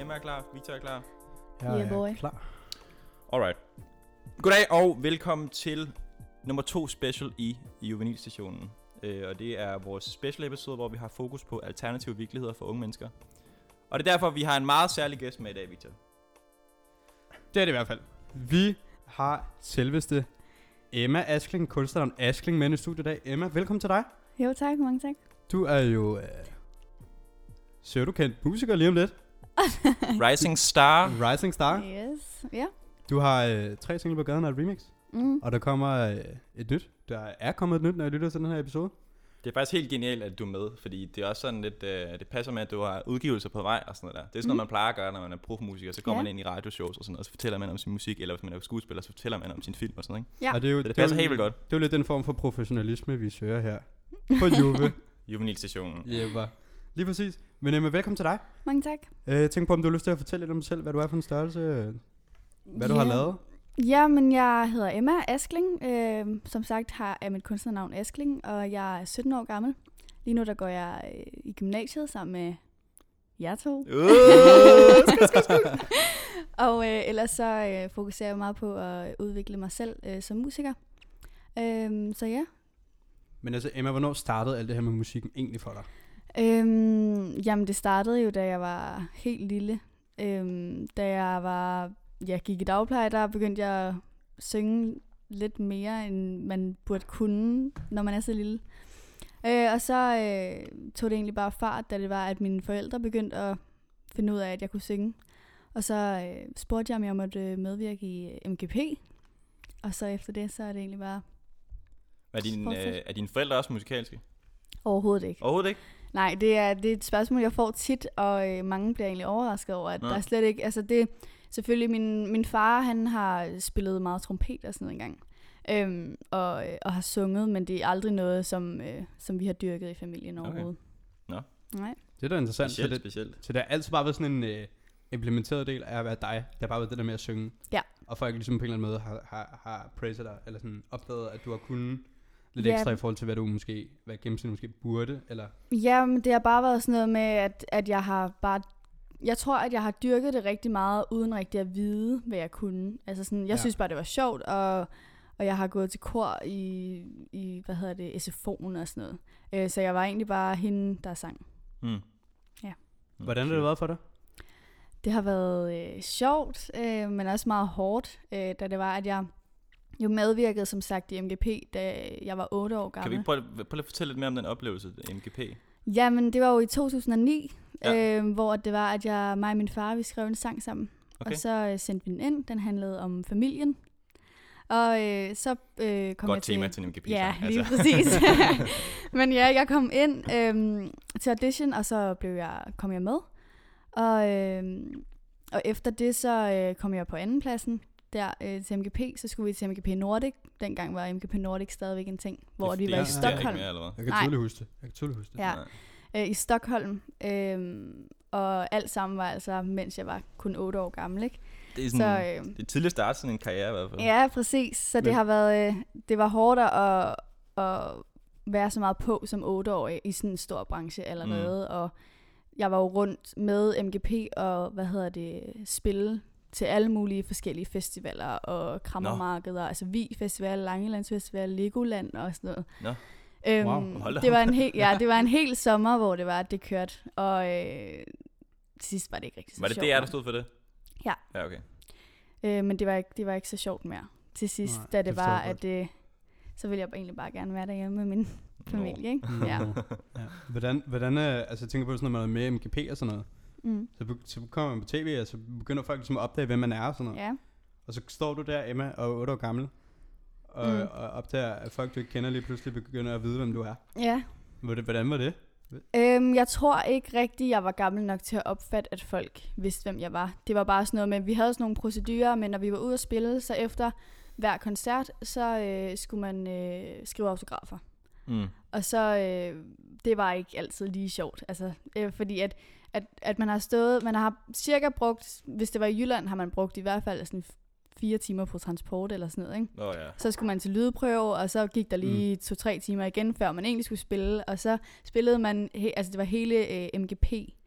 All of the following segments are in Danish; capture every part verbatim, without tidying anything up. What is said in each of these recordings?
Emma er klar, Victor er klar. Jeg Yeah, boy. er klar. Alright. Goddag og velkommen til nummer to special i Juvenilstationen. Uh, og det er vores special episode, hvor vi har fokus på alternative virkeligheder for unge mennesker. Og det er derfor, vi har en meget særlig gæst med i dag, Victor. Det er det i hvert fald. Vi har selveste Emma Askling, kunstneren Askling, med i studiet i dag. Emma, velkommen til dig. Jo tak, mange tak. Du er jo øh, pseudo-kendt musiker lige om lidt. Rising Star. Rising Star. Yes, ja. Du har øh, tre singler på gaden og et remix. Mm. Og der kommer øh, et nyt. Der er kommet et nyt, når jeg lytter til den her episode. Det er faktisk helt genialt, at du er med, fordi det er også sådan lidt, øh, det passer med, at du har udgivelser på vej og sådan noget der. Det er sådan noget, Mm. man plejer at gøre, når man er profmusiker. Så går Ja. man ind i radioshows og sådan noget, og så fortæller man om sin musik, eller hvis man er skuespiller, så fortæller man om sin film og sådan noget, ikke? Ja. Og det, er jo, Så det er passer jo- helt vildt godt. Det er jo lidt den form for professionalisme, vi søger her på Juve. Juvenilstationen. Jepper. Lige præcis. Men Emma, velkommen til dig. Mange tak. Øh, tænk på, om du har lyst til at fortælle lidt om dig selv, hvad du er for en størrelse, øh, hvad du Ja. har lavet. Ja, men jeg hedder Emma Askling. Øh, som sagt har jeg mit kunstnernavn Askling, og jeg er sytten år gammel. Lige nu der går jeg øh, i gymnasiet sammen med jer to. Uh! Og øh, ellers så øh, fokuserer jeg meget på at udvikle mig selv øh, som musiker. Øh, så ja. Men altså, Emma, hvornår startede alt det her med musikken egentlig for dig? Øhm, jamen det startede jo, da jeg var helt lille. Øhm, da jeg var, jeg gik i dagpleje, der begyndte jeg at synge lidt mere, end man burde kunne, når man er så lille. Øh, og så øh, tog det egentlig bare fart, da det var, at mine forældre begyndte at finde ud af, at jeg kunne synge. Og så øh, spurgte jeg, om jeg måtte medvirke i M G P. Og så efter det, så er det egentlig bare Er, din, Fortsæt. øh, er dine forældre også musikalske? overhovedet ikke. Overhovedet ikke? Nej, det er, det er et spørgsmål, jeg får tit, og øh, mange bliver egentlig overrasket over, at Nå. der er slet ikke... Altså det, selvfølgelig, min, min far, han har spillet meget trompet og sådan noget engang, øhm, og, øh, og har sunget, men det er aldrig noget, som, øh, som vi har dyrket i familien Okay. overhovedet. Nå. Nej. Det er da interessant. Så Specielt, det, specielt. så det har altid bare været sådan en øh, implementeret del af at være dig. Det har bare været det der med at synge. Ja. Og folk ligesom på en eller anden måde har, har, har praised dig, eller sådan opdaget, at du har kunnet lidt Ja. ekstra i forhold til, hvad du måske, hvad gennemsnit måske burde, eller... Ja, men det har bare været sådan noget med, at, at jeg har bare... Jeg tror, at jeg har dyrket det rigtig meget, uden rigtig at vide, hvad jeg kunne. Altså sådan, jeg Ja. synes bare, det var sjovt, og, og jeg har gået til kor i, i hvad hedder det, S F O'en og sådan noget. Øh, så jeg var egentlig bare hende, der sang. Mm. Ja. Hvordan har det været for dig? Det har været øh, sjovt, øh, men også meget hårdt, øh, da det var, at jeg jo medvirkede, som sagt, i M G P, da jeg var otte år gammel. Kan vi ikke prøve, prøve at fortælle lidt mere om den oplevelse, M G P? Jamen, det var jo i to tusind og ni, Ja. øh, hvor det var, at jeg, mig og min far, vi skrev en sang sammen. Okay. Og så øh, sendte vi den ind. Den handlede om familien. Og øh, så øh, kom Godt jeg tema til... til en M G P. Ja, sang, lige altså. præcis. Men ja, jeg kom ind øh, til audition, og så blev jeg, kom jeg med. Og, øh, og efter det, så øh, kom jeg på andenpladsen der øh, til M G P. Så skulle vi til M G P Nordic. Dengang var M G P Nordic stadigvæk en ting, hvor Det- vi det var i eksisterer ikke Stockholm. mere, eller hvad? Jeg kan Nej. tydeligt huske det. Jeg kan tydeligt huske det. Ja. Nej. øh, i Stockholm. Øh, og alt sammen var altså, mens jeg var kun otte år gammel, ikke? Det er Så, sådan, øh, det er tidligt starte sådan en karriere i hvert fald. ja, præcis. Så det Men- har været, øh, det var hårdt at, at være så meget på som otteårig i sådan en stor branche eller Mm. noget. Og jeg var jo rundt med M G P og, hvad hedder det, spille til alle mulige forskellige festivaler og krammermarkeder. Altså Vi Festival, Langelands Festival, Legoland og sådan noget. Nå. Øhm, Wow. Hold da det var op. en hel, ja, det var en hel sommer, hvor det var, at det kørte. Og øh, til sidst var det ikke rigtig så Var det sjovt D R, der mere. stod for det? Ja. Ja, okay. Øh, men det var, ikke, det var ikke så sjovt mere til sidst, Nej, da det det forstår var, jeg at det, så ville jeg egentlig bare gerne være derhjemme med min familie, ikke? Ja. Ja. Hvordan, hvordan øh, altså jeg tænker på sådan noget med M G P og sådan noget. Mm. Så, be- så kommer man på tv, og så begynder folk ligesom at opdage, hvem man er og sådan noget. Ja. Og så står du der, Emma, og er otte år gammel, og, Mm. mm. og opdager, at folk, du ikke kender, lige pludselig begynder at vide, hvem du er. Ja. Hvordan hvordan var det? Øhm, jeg tror ikke rigtigt, jeg var gammel nok til at opfatte, at folk vidste, hvem jeg var. Det var bare sådan noget med, vi havde sådan nogle procedurer, men når vi var ude at spille, så efter hver koncert, så øh, skulle man øh, skrive autografer. Mm. Og så, øh, det var ikke altid lige sjovt. Altså, øh, fordi at, at, at man har stået, man har cirka brugt, hvis det var i Jylland, har man brugt i hvert fald sådan fire timer på transport eller sådan noget, ikke? Åh oh, ja. Så skulle man til lydprøve, og så gik der lige mm. to-tre timer igen, før man egentlig skulle spille. Og så spillede man, he- altså det var hele øh, M G P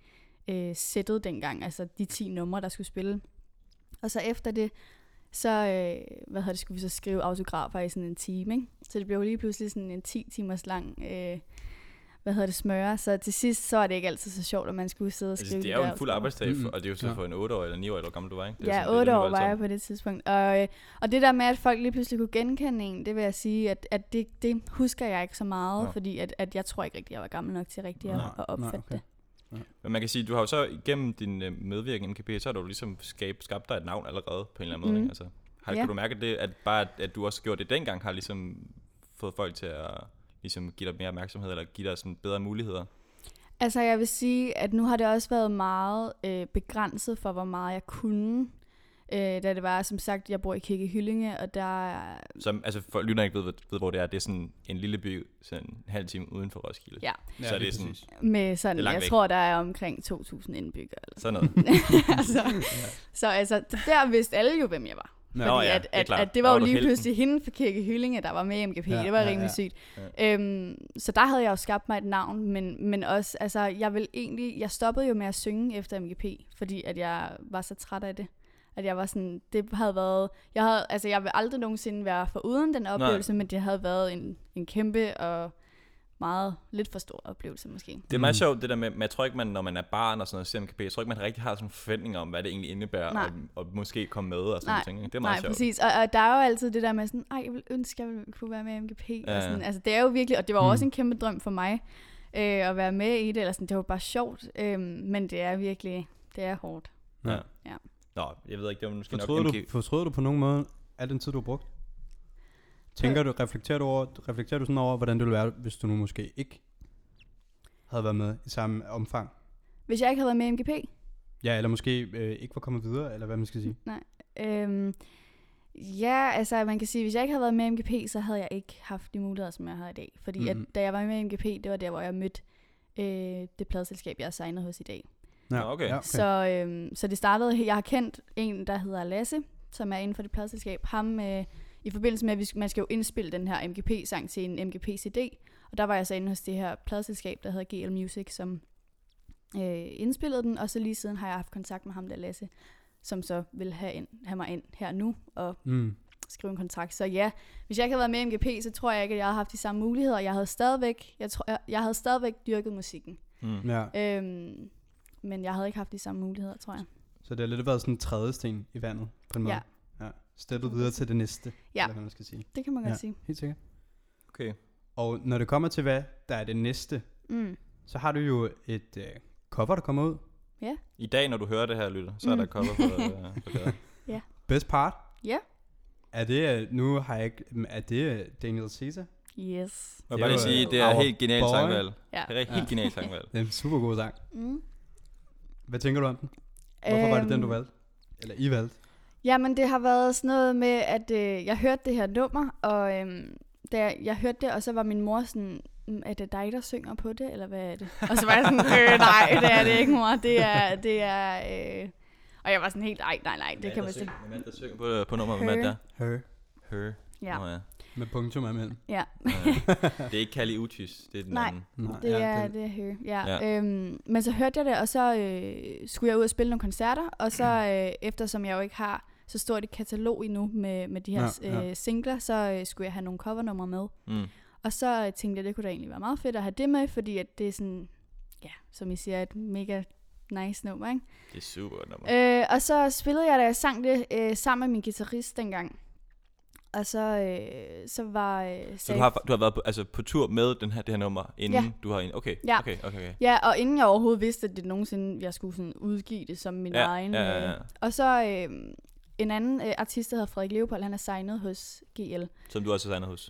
øh, sættet dengang, altså de ti numre, der skulle spille. Og så efter det, så øh, hvad hedder det, skulle vi så skrive autografer i sådan en time, ikke? Så det blev lige pludselig sådan en ti timers lang, øh, hvad hedder det, smøre. Så til sidst, så er det ikke altid så sjovt, at man skulle sidde og skrive altså, det er de jo der en fuld autografer. arbejdsdag, Mm-hmm. for, og det er jo så Ja. for en otte år eller ni år, eller hvor gammel du var, ikke? Det er Ja, sådan, det er otte lidt år var voldsomt. jeg på det tidspunkt. Og, øh, og det der med, at folk lige pludselig kunne genkende en, det vil jeg sige, at, at det, det husker jeg ikke så meget, Nå. fordi at, at jeg tror ikke rigtig, jeg var gammel nok til rigtig at, Nej, at opfatte nej, okay. det. Men man kan sige, du har jo så igennem din øh, medvirkning i M G P, så har du ligesom skab, skabt dig et navn allerede på en eller anden måde, Mm. ikke? Altså, har, Ja. kan du mærke det, at bare at, at du også gjorde det dengang, har ligesom fået folk til at ligesom give dig mere opmærksomhed, eller give dig sådan bedre muligheder? Altså jeg vil sige, at nu har det også været meget øh, begrænset for, hvor meget jeg kunne. Øh, da det var, som sagt, jeg bor i Kirke Hyllinge, og der er... Som, altså for lytterne ikke ved, ved, hvor det er, det er sådan en lille by, sådan en halv time uden for Roskilde. Ja. Så er det sådan, Med sådan, Det er langt jeg væk. tror, der er omkring to tusind indbyggere. Eller sådan noget. altså, så altså, der vidste alle jo, hvem jeg var. Ja. Fordi Nå ja, at, det er at, klart. at det Der var var jo du lige helten. pludselig hende fra Kirke Hyllinge, der var med i M G P. Ja, Det var ja, rimelig ja. sygt. Øhm, så der havde jeg jo skabt mig et navn, men, men også, altså, jeg vil egentlig, jeg stoppede jo med at synge efter M G P, fordi at jeg var så træt af det. At jeg var sådan, det havde været, jeg havde, altså jeg vil aldrig nogensinde være foruden den oplevelse, Nej. men det havde været en, en kæmpe og meget lidt for stor oplevelse måske. Det er meget Mm. sjovt det der med, men jeg tror ikke man, når man er barn og sådan noget, ser M G P, jeg tror ikke man rigtig har sådan forventninger om, hvad det egentlig indebærer, Nej. og, og måske komme med og sådan Nej. noget ting. Ikke? Det er meget Nej, sjovt. præcis. Og, og der er jo altid det der med sådan, ej, jeg vil ønske, jeg ville kunne være med i M G P. Ja, Og ja. sådan. Altså, det er jo virkelig, og det var jo Mm. også en kæmpe drøm for mig, øh, at være med i det. Eller sådan. Det var bare sjovt, øh, men det er virkelig, det er hårdt. Ja. Ja. Nå, jeg ved ikke, det var måske Fortryder nok du, M G P. fortryder du på nogen måde al den tid, du har brugt? Tænker du, reflekterer du, over, reflekterer du sådan over, hvordan det ville være, hvis du nu måske ikke havde været med i samme omfang? Hvis jeg ikke havde været med i M G P, Ja, eller måske øh, ikke var kommet videre, eller hvad man skal sige. Øhm, ja, altså man kan sige, hvis jeg ikke havde været med i M G P, så havde jeg ikke haft de muligheder, som jeg har i dag. Fordi mm-hmm. Mhm. at, da jeg var med i M G P, det var der, hvor jeg mødte øh, det pladeselskab, jeg er signet hos i dag. Nå, okay. Ja, Okay. Så, øhm, så det startede, jeg har kendt en, der hedder Lasse, som er inden for det pladeselskab. Ham øh, i forbindelse med, at vi, man skal jo indspille den her M G P-sang til en M G P-C D. Og der var jeg så inde hos det her pladeselskab, der hedder G L Music, som øh, indspillede den. Og så lige siden har jeg haft kontakt med ham der, Lasse, som så vil have, ind, have mig ind her nu og Mm. skrive en kontrakt. Så ja, hvis jeg ikke havde været med i M G P, så tror jeg ikke, at jeg havde haft de samme muligheder. Jeg havde stadigvæk, jeg tror, jeg, jeg havde stadigvæk dyrket musikken. Mm. Ja. Øhm, men jeg havde ikke haft de samme muligheder, tror jeg. Så det har lidt været sådan en tredje sten i vandet, på en måde. Ja. Ja. Steppet videre til det næste, Ja. eller hvad man skal sige. Det kan man godt Ja. sige. Helt sikkert. Okay. Og når det kommer til, hvad der er det næste, Mm. så har du jo et øh, cover, der kommer ud. I dag, når du hører det her, lytter, så er Mm. der cover for, uh, for det. Best Part. Ja. Er det, øh, nu har jeg ikke, er det øh, Daniel Caesar? Yes. Jeg vil Det bare er lige jo, sige, øh, det er our helt genialt boy. sangvalg. Ja. Det er helt genialt sangvalg. Det er en super god sang. Mm. Hvad tænker du om den? Hvorfor var det den, du Øhm, valgte? Eller I valgte? Jamen, det har været sådan noget med, at øh, jeg hørte det her nummer, og øhm, da jeg, jeg hørte det, og så var min mor sådan, "Mm, er det dig, der synger på det, eller hvad er det? Og så var jeg sådan, øh, nej, det er det ikke, mor. Det er, det er, øh... Og jeg var sådan helt, nej, nej, nej, det kan man sige. Hvem er det, der synger på, på nummeret? Hvem er det der? Her. Her. Ja, Nå, ja. Med punktum imellem. ja. Øh, det er ikke Kali Uchis, det er den Nej. anden. Nej, Det ja, er, den- det er Her. Ja. Ja. Ja. Øhm, men så hørte jeg det, og så øh, skulle jeg ud og spille nogle koncerter, og så øh, eftersom jeg jo ikke har så stort et katalog endnu med, med de her Ja, ja. øh, singler, så øh, skulle jeg have nogle covernumre med. Mm. Og så øh, tænkte jeg, det kunne da egentlig være meget fedt at have det med, fordi at det er sådan, ja, som I siger, et mega nice nummer, ikke? Det er super nummer. Øh, og så spillede jeg, da jeg sang det øh, sammen med min guitarist dengang. Og så, øh, så var... Øh, Så du har, du har været på, altså på tur med den her, det her nummer, inden Ja. du har en... Okay, Ja. okay, okay, okay. Ja, og inden jeg overhovedet vidste, at det nogensinde, jeg skulle sådan udgive det som min Ja, egen. ja, ja, ja. Øh. Og så øh, en anden øh, artist, der hedder Frederik Leopold, han er signet hos G L. Som du også har signet hos.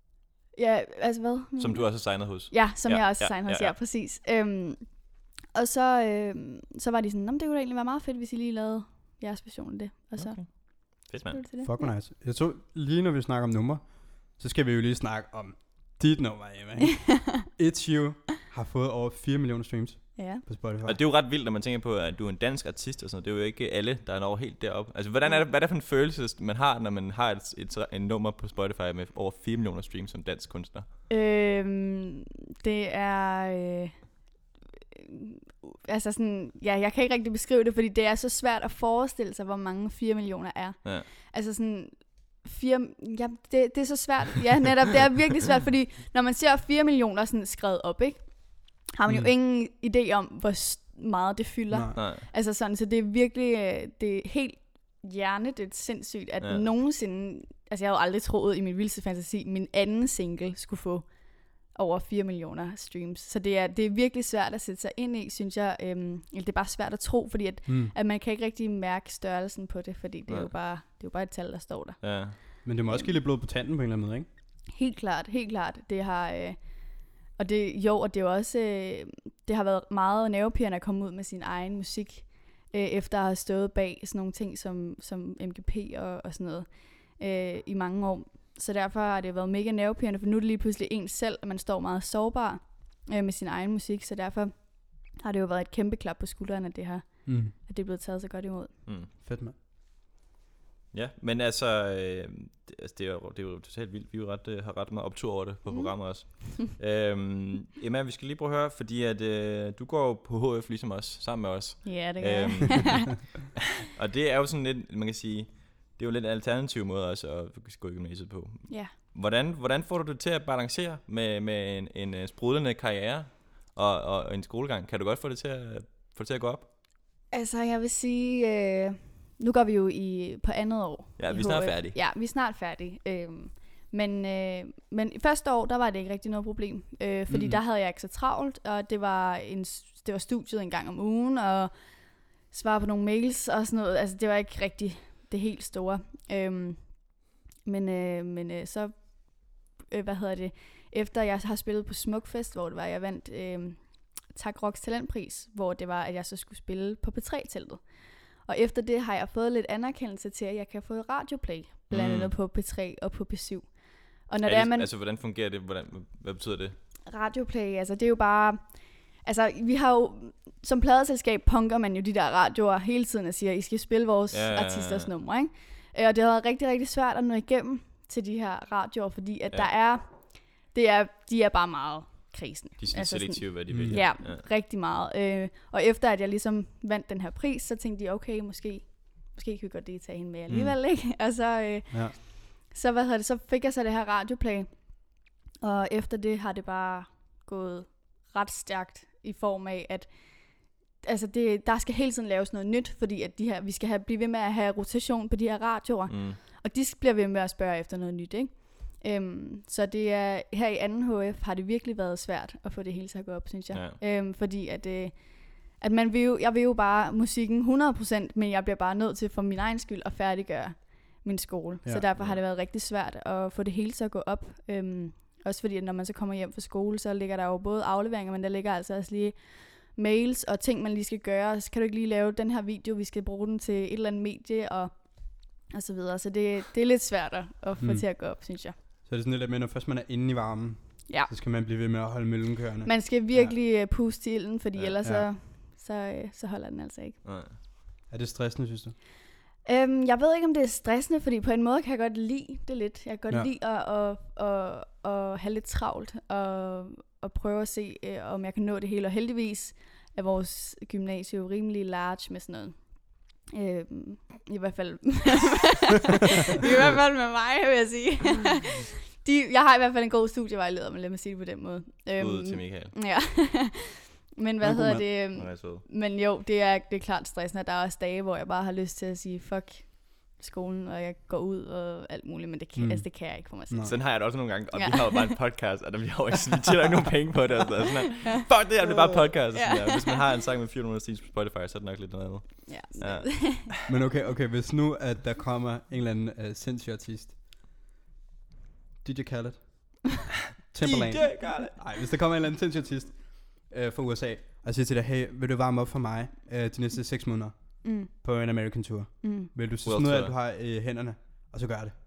Ja, altså hvad? Som du også har signet hos. Ja, som Ja, ja, jeg også ja, ja, signet hos, ja, ja, ja. ja præcis. Øhm, og så, øhm, så var de sådan, "Nå, men det kunne da egentlig være meget fedt, hvis I lige lavede jeres version af det. Og så Okay. Fedt, mand. blev det til det. Fuck, hvor nice. Jeg tror, lige når vi snakker om nummer, så skal vi jo lige snakke om dit nummer, Emma. Ikke? It's You har fået over fire millioner streams Ja. på Spotify. Og det er jo ret vildt, når man tænker på, at du er en dansk artist og sådan noget. Det er jo ikke alle, der er over helt deroppe. Altså, hvordan er det, hvad er det for en følelse, man har, når man har et, et, et nummer på Spotify med over fire millioner streams som dansk kunstner? Øhm, det er... Øh, altså sådan, ja, jeg kan ikke rigtig beskrive det, fordi det er så svært at forestille sig, hvor mange fire millioner er. Ja. Altså sådan, fire, ja, det, det er så svært. Ja, netop, det er virkelig svært, fordi når man ser fire millioner sådan skrevet op, ikke, har man jo Mm. ingen idé om, hvor meget det fylder. Nej. Nej. Altså sådan, så det er virkelig, øh, det er helt hjernedødt sindssygt, at Ja. ja. nogensinde, altså jeg havde aldrig troet i min vildeste fantasi, min anden single skulle få over fire millioner streams. Så det er, det er virkelig svært at sætte sig ind i, synes jeg. Øhm, eller det er bare svært at tro, fordi at, Mm. at man kan ikke rigtig mærke størrelsen på det, fordi det er, Nej. jo bare, det er jo bare et tal, der står der. Ja. Men det må også give lidt blod på tanden på en eller anden måde, ikke? Helt klart, helt klart. Det har, øh, og det, jo, og det er jo også, øh, det har været meget nervepirrende at komme ud med sin egen musik, øh, efter at have stået bag sådan nogle ting som, som M G P og, og sådan noget øh, i mange år. Så derfor har det været mega nervepirrende, for nu er det lige pludselig en selv, at man står meget sårbar øh, med sin egen musik, så derfor har det jo været et kæmpe klap på skulderen, at det, har, Mm. at det er blevet taget så godt imod. Mm. Fedt, mand. Ja, men altså, øh, det, altså det, er jo, det er jo totalt vildt. Vi er jo ret, øh, har ret meget optur over det på Mm. programmet også. øhm, Emma, vi skal lige prøve at høre, fordi at, øh, du går jo på H F ligesom os, sammen med os. Ja, det gør jeg. Og det er jo sådan lidt, man kan sige, det er jo lidt en alternativ måde også at gå i gymnasiet på. Ja. Hvordan, hvordan får du det til at balancere med, med en, en uh, sprudlende karriere og, og, og en skolegang? Kan du godt få det til at, få det til at gå op? Altså, jeg vil sige, øh, nu går vi jo i på andet år. Ja, i vi er snart H F. færdige. Ja, vi er snart færdige. Øhm, men, øh, men i første år, der var det ikke rigtig noget problem. Øh, fordi Mm. der havde jeg ikke så travlt, og det var, en, det var studiet en gang om ugen, og svare på nogle mails og sådan noget. Altså, det var ikke rigtig det helt store. Øhm, men øh, men øh, så, øh, hvad hedder det, efter jeg har spillet på Smukfest, hvor det var, jeg vandt øh, Tak Rocks Talentpris, hvor det var, at jeg så skulle spille på P tre teltet. Og efter det har jeg fået lidt anerkendelse til, at jeg kan få et radioplay, blandt Mm. andet på P tre og på P syv. Og når Er det er, det, man Altså, hvordan fungerer det? Hvordan, hvad betyder det? radioplay, altså det er jo bare, altså vi har jo, som pladeselskab punker man jo de der radioer hele tiden og siger, I skal spille vores Ja, ja, ja, ja. artisters numre, ikke? Øh, Og det har været rigtig, rigtig svært at nå igennem til de her radioer, fordi at Ja. der er, det er, de er bare meget krisen. De er sådan Altså sådan- selektive, hvad de Mm. vil. Ja, rigtig meget. Øh, og efter at jeg ligesom vandt den her pris, så tænkte de, okay, måske, måske kan vi godt lige tage hende med alligevel, mm. ikke? Og så, øh, Ja. så, hvad hedder det, så fik jeg så det her radioplay. Og efter det har det bare gået ret stærkt i form af, at altså det, der skal hele tiden laves noget nyt, fordi at de her, vi skal have, blive ved med at have rotation på de her radioer. Mm. Og de bliver ved med at spørge efter noget nyt, ikke? Øhm, så det er, her i anden H F har det virkelig været svært at få det hele til at gå op, synes jeg. Ja. Øhm, fordi at, øh, at man vil jo, jeg vil jo bare musikken hundrede procent, men jeg bliver bare nødt til for min egen skyld at færdiggøre min skole. Ja. Så derfor har det været rigtig svært at få det hele til at gå op. Øhm, også fordi, at når man så kommer hjem fra skole, så ligger der jo både afleveringer, men der ligger altså også lige mails og ting, man lige skal gøre. Så kan du ikke lige lave den her video, vi skal bruge den til et eller andet medie og, og så videre. Så det, det er lidt svært at, at få Mm. til at gå op, synes jeg. Så er det sådan lidt med, når først man er inde i varmen, Ja. så skal man blive ved med at holde møllen kørende. Man skal virkelig ja. puste til ilden, fordi Ja. ja. ellers Ja. så, så, øh, så holder den altså ikke. Nej. Er det stressende, synes du? Øhm, jeg ved ikke, om det er stressende, fordi på en måde kan jeg godt lide det lidt. Jeg kan godt Ja. ja. lide at, at, at, at have lidt travlt og, og prøve at se, øh, om jeg kan nå det hele. Og heldigvis er vores gymnasie jo rimelig large med sådan noget. Øhm, I hvert fald I hvert fald med mig, vil jeg sige. De, jeg har i hvert fald en god studievejleder, men lad mig sige det på den måde. Ud til Michael. Ja. Men hvad Nå, god hedder mand. det? øhm, Nå, jeg er sød. Men jo, det er, det er klart stressende. Der er også dage, hvor jeg bare har lyst til at sige, fuck skolen, og jeg går ud og alt muligt, men det kan, Mm. mm. altså, det kan jeg ikke for mig selv. Nå. Sådan har jeg det også nogle gange, og Ja. vi har jo bare en podcast, og der vi har jo ikke, vi tjener ikke nogen penge på det. Og sådan, sådan her. Fuck det, her, det er bare podcast. Og sådan Ja. der. Hvis man har en sang med fire hundrede streams på Spotify, så er det nok lidt noget andet. Ja. Ja. Men okay, okay, hvis nu, at der kommer en eller anden uh, sindssyg artist. D J Khaled. Timberland. D J Khaled. Nej, hvis der kommer en eller anden sindssyg artist uh, fra U S A, og siger til dig, hey, vil du varme op for mig uh, de næste seks måneder Mm. på en American tour? Mm. Vil du så World smide alt, tour. du har i hænderne, og så gør det?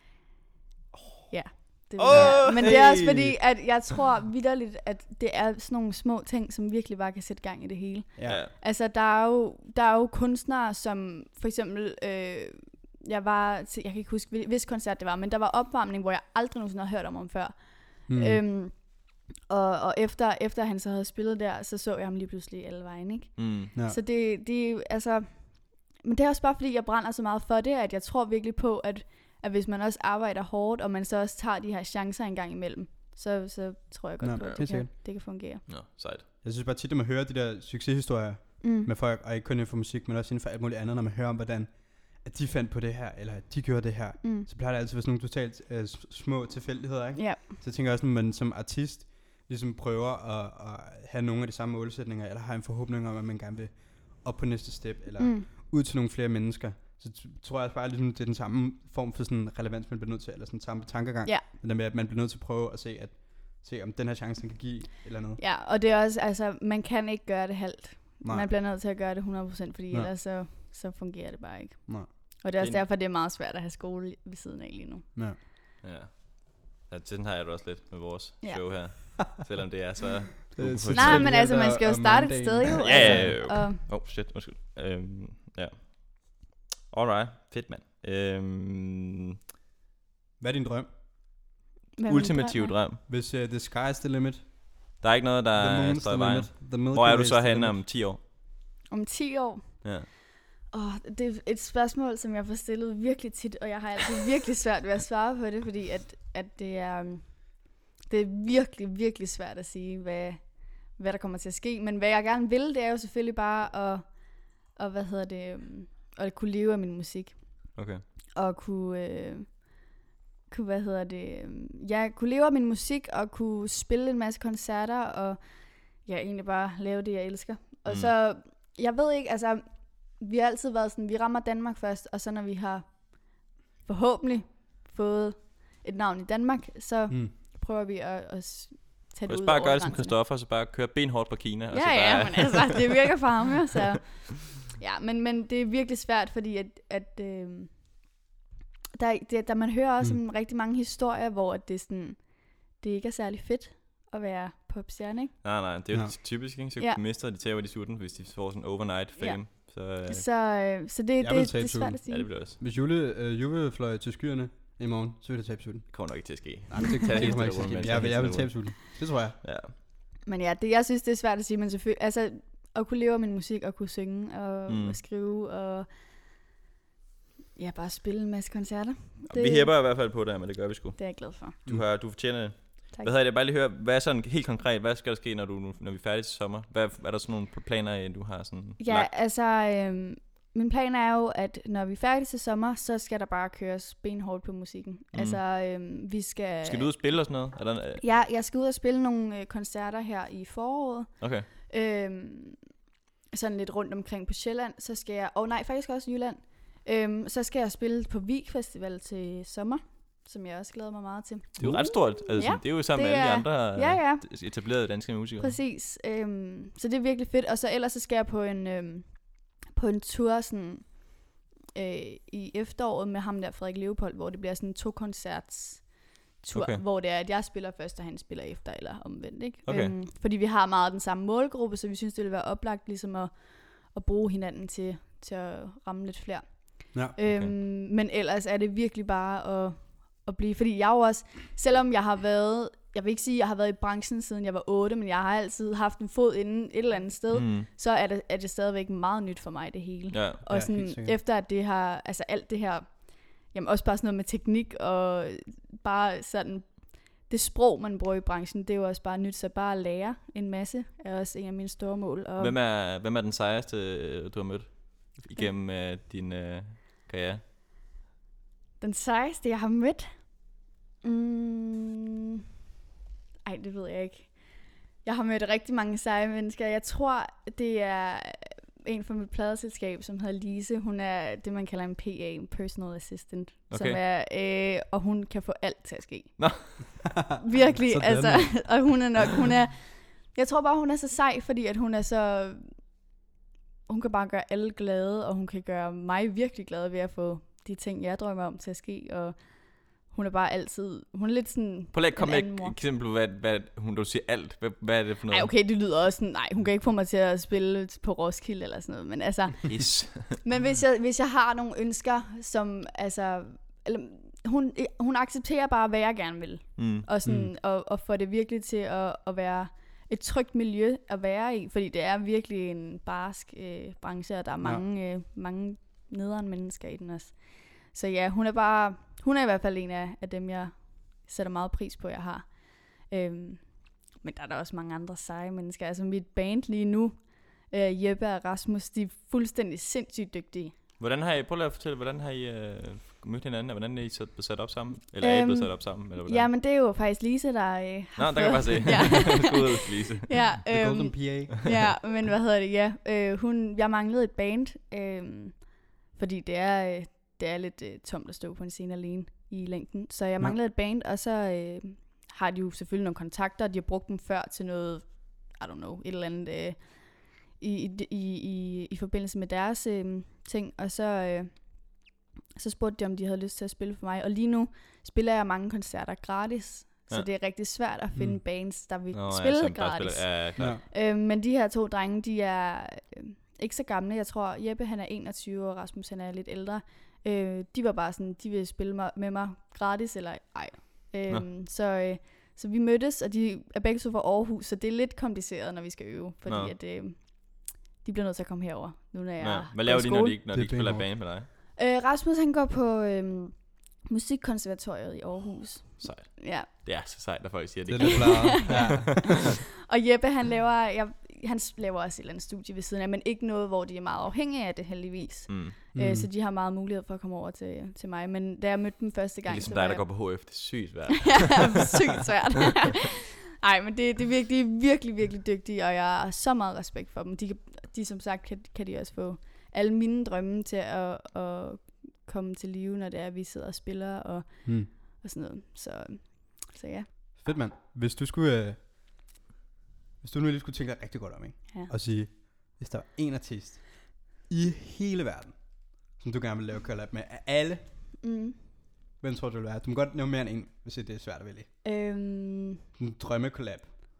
Det Åh, vil jeg. Men det er også hey! fordi, at jeg tror vitterligt, at det er sådan nogle små ting, som virkelig bare kan sætte gang i det hele. Ja. Altså, der er jo, der er jo kunstnere, som for eksempel, øh, jeg var til, jeg kan ikke huske, hvis koncert det var, men der var opvarmning, hvor jeg aldrig nogensinde har hørt om om før. Mm. Mm. Øhm, Og, og efter, efter han så havde spillet der, så så jeg ham lige pludselig alle vejen, ikke? Mm. Ja. Så det, det, altså... Men det er også bare, fordi jeg brænder så meget for det, at jeg tror virkelig på, at, at hvis man også arbejder hårdt, og man så også tager de her chancer en gang imellem, så, så tror jeg godt Nå, på, at det er det kan, sikkert. det kan fungere. Nå, sejt. Jeg synes bare tit, at man hører de der succeshistorier Mm. med folk, og ikke kun inden for musik, men også inden for alt muligt andet, når man hører om, hvordan at de fandt på det her, eller at de gjorde det her, Mm. så plejer det altid at være sådan nogle totalt øh, s- små tilfældigheder, ikke? Ja. Så tænker jeg også, når man som artist ligesom prøver at, at have nogle af de samme målsætninger, eller har en forhåbning om, at man gerne vil op på næste step, eller Mm. ud til nogle flere mennesker, så t- tror jeg også bare, at ligesom, det er den samme form for sådan relevans, man bliver nødt til, eller sådan samme tankegang. Ja. Men det med, at man bliver nødt til at prøve at se, at, se om den her chance, den kan give, eller noget. Ja, og det er også, altså, man kan ikke gøre det halvt. Nej. Man bliver nødt til at gøre det hundrede procent, fordi Nej. ellers så, så fungerer det bare ikke. Nej. Og det er også Fint. derfor, det er meget svært at have skole ved siden af lige nu. Ja. Ja. Ja, sådan har jeg det også lidt med vores Ja. show her. Selvom det er så... Det er så Nej, men trivielt altså, man og- skal jo og starte et mundane. sted jo. Ja, ja, altså, ja, og, Åh, oh, shit, undskyld. Øhm, ja. Alright, fedt mand. Øhm, Hvad er din drøm? hvad man ultimativ drømmer. drøm. Hvis uh, the sky's the limit, Der er ikke noget, der the moon's står the i vejen. limit, the Milky Hvor er du Way's så the henne limit. om ti år? Om ti år. Ja. Åh, det er et spørgsmål, som jeg får stillet virkelig tit, og jeg har altid virkelig svært ved at svare på det, fordi at, at det er um, det er virkelig, virkelig svært at sige, hvad, hvad der kommer til at ske. Men hvad jeg gerne vil, det er jo selvfølgelig bare at, og hvad hedder det, um, at kunne leve af min musik. Okay. Og kunne, øh, kunne, hvad hedder det, um, ja, kunne leve af min musik, og kunne spille en masse koncerter, og ja, egentlig bare lave det, jeg elsker. Og Mm. så, jeg ved ikke, altså, vi har altid været sådan, vi rammer Danmark først, og så når vi har forhåbentlig fået et navn i Danmark, så Mm. prøver vi at, at s- tage det Hvis ud bare over gøre det som grænserne. Christoffer, så bare køre benhårdt på Kina. og så Ja, ja, bare, men altså, det virker for ham jo, så... Ja, men, men det er virkelig svært, fordi at, at øh, der, det, der man hører også Mm. om rigtig mange historier, hvor at det, er sådan, det ikke er særlig fedt at være popstjerne, ikke? Nej, nej, det er jo Ja. typisk, ikke? Så Ja. mister de taber de sutten, hvis de får sådan overnight fame. Så øh, Så, øh, så det, det, vil det, tabe er svært at sige. ja, det bliver også. Hvis Julie, øh, Julie fløj til skyerne i morgen, så vil det tabe sutten. Det kommer nok ikke til at ske. Nej, det, Tag det det helt kommer ikke til stille at og roligt, ske. mens Jeg, vil- jeg jeg vil helt tabe sutten. Det tror jeg. Ja. Men ja, det, jeg synes, det er svært at sige, men selvfølgelig, altså, at kunne leve af min musik, og kunne synge, og, Mm. mm. og skrive, og ja, bare spille en masse koncerter. Vi hæpper i hvert fald på det, men det gør vi sgu. Det er jeg glad for. Du, har, du fortjener det. Tak. Hvad hedder det? Bare lige høre, hvad er sådan helt konkret, hvad skal der ske, når, du, når vi er færdige til sommer? Hvad er der sådan nogle planer, du har sådan Ja, lagt? altså, øhm, min plan er jo, at når vi er færdige til sommer, så skal der bare køres benhårdt på musikken. Mm. Altså, øhm, vi skal... Skal du ud og spille og sådan noget? Er der, øh, Ja, jeg skal ud og spille nogle øh, koncerter her i foråret. okay. Øhm, sådan lidt rundt omkring på Sjælland. Så skal jeg... Og oh, nej, faktisk også Jylland. Øhm, så skal jeg spille på Vig Festival til sommer, som jeg også glæder mig meget til. Det er jo ret stort. Altså, Ja, det er jo sammen med det alle de er- andre Ja, ja. øh, etablerede danske musikere. Præcis. Øhm, så det er virkelig fedt. Og så ellers så skal jeg på en, øhm, på en tur sådan, øh, i efteråret med ham der, Frederik Leopold, hvor det bliver sådan en to-koncerts tur, Okay. hvor det er, at jeg spiller først, og han spiller efter, eller omvendt, ikke? Okay. Øhm, fordi vi har meget den samme målgruppe, så vi synes, det vil være oplagt ligesom at, at bruge hinanden til, til at ramme lidt flere. Ja. Øhm, men ellers er det virkelig bare at, at blive, fordi jeg jo også, selvom jeg har været, jeg vil ikke sige, at jeg har været i branchen siden jeg var otte, men jeg har altid haft en fod inde et eller andet sted, Mm. så er det, er det stadigvæk meget nyt for mig, det hele. Ja. Og Ja, sådan, helt sikkert. efter at det har, altså alt det her, jamen også bare sådan noget med teknik, og bare sådan, det sprog, man bruger i branchen, det er jo også bare nyt, så bare at lære en masse, er også en af mine store mål. Og Hvem er, hvem er den sejeste, øh, du har mødt igennem øh, din øh, karriere? den sejeste, jeg har mødt? Mm, ej, det ved jeg ikke. Jeg har mødt rigtig mange seje mennesker. Jeg tror, det er en fra mit pladeselskab, som hedder Lise. Hun er det, man kalder en P A, en personal assistant. Okay. Som Okay. er, øh, og hun kan få alt til at ske. Nå. Virkelig, Sådan. altså. Og hun er nok, hun er, jeg tror bare, hun er så sej, fordi at hun er så, hun kan bare gøre alle glade, og hun kan gøre mig virkelig glad ved at få de ting, jeg drømmer om til at ske, og hun er bare altid, hun er lidt sådan... Prøv lige at komme en med anden et mor. eksempel på, hvad, hvad hun du siger alt. Hvad, hvad er det for noget? Ej, okay, det lyder også sådan, nej, hun kan ikke få mig til at spille på Roskilde eller sådan noget, men altså, Yes. men hvis jeg, hvis jeg har nogle ønsker, som, altså, eller, hun, hun accepterer bare, hvad jeg gerne vil. Mm. Og, sådan, Mm. og, og få det virkelig til at, at være et trygt miljø at være i. Fordi det er virkelig en barsk øh, branche, og der er mange, ja. øh, mange nederen mennesker i den også. Så ja, hun er bare, hun er i hvert fald en af, af dem, jeg sætter meget pris på, jeg har. Øhm, men der er der også mange andre seje mennesker. Altså mit band lige nu, øh, Jeppe og Rasmus, de er fuldstændig sindssygt dygtige. Hvordan har I, prøv lige at fortælle, hvordan har I øh, mødt hinanden, og hvordan er I så blevet sat op sammen? Eller er I Øhm, blevet sat op sammen? Eller hvordan? Ja, men det er jo faktisk Lise, der øh, har Nå, der kan jeg bare se. Ja. Skud, Lise. Ja, The øhm, Golden P A. ja, men hvad hedder det, ja. Øh, hun, jeg manglede et band, øh, fordi det er, øh, det er lidt øh, tomt at stå på en scene alene i længden. Så jeg manglede et band, og så øh, har de jo selvfølgelig nogle kontakter, de har brugt dem før til noget, I don't know, et eller andet øh, i, i, i, i forbindelse med deres øh, ting. Og så, øh, så spurgte de, om de havde lyst til at spille for mig. Og lige nu spiller jeg mange koncerter gratis. Så Ja. det er rigtig svært at finde Mm. bands, der vil Nå, spille ja, som bare gratis. spiller- Ja, klart. Ja. Øhm, men de her to drenge, de er øh, ikke så gamle. Jeg tror, Jeppe han er enogtyve, og Rasmus han er lidt ældre. Øh, de var bare sådan, de vil spille mig, med mig gratis, eller ej. Øhm, så, øh, så vi mødtes, og de er begge to fra Aarhus, så det er lidt kompliceret, når vi skal øve. Fordi Nå. at, øh, de bliver nødt til at komme herover nu når jeg Ja. er Hvad laver på de, når skole. de ikke, når Det de er ikke spiller benhårdt. band med dig? Øh, Rasmus han går på øh, Musikkonservatoriet i Aarhus. Sejt. Ja. Det er så sejt, når folk siger Det det. er det klare. Ja. Og Jeppe, han laver, jeg, han laver også et eller andet studie ved siden af, men ikke noget, hvor de er meget afhængige af det, heldigvis. Mm. Mm. Øh, så de har meget mulighed for at komme over til, til mig. Men da jeg mødte dem første Det er gang, ligesom så dig, var der jeg... går på H F. Det er sygt svært. ja, sygt svært. Ej, men det, det er virkelig, virkelig, virkelig dygtige, og jeg har så meget respekt for dem. De, kan, de som sagt, kan, kan de også få alle mine drømme til at, at komme til live, når det er, at vi sidder og spiller og, Mm. og sådan noget. Så, så ja. Fedt, mand. Hvis du skulle... Øh, hvis du nu lige skulle tænke dig rigtig godt om, ikke? Ja. Og sige, hvis der var en artist i hele verden, som du gerne vil lave collab med, af alle, Mm. hvem tror du det vil være? Du må godt nævne mere end en, hvis det er svært at vælge. Øhm, En drømmekollab.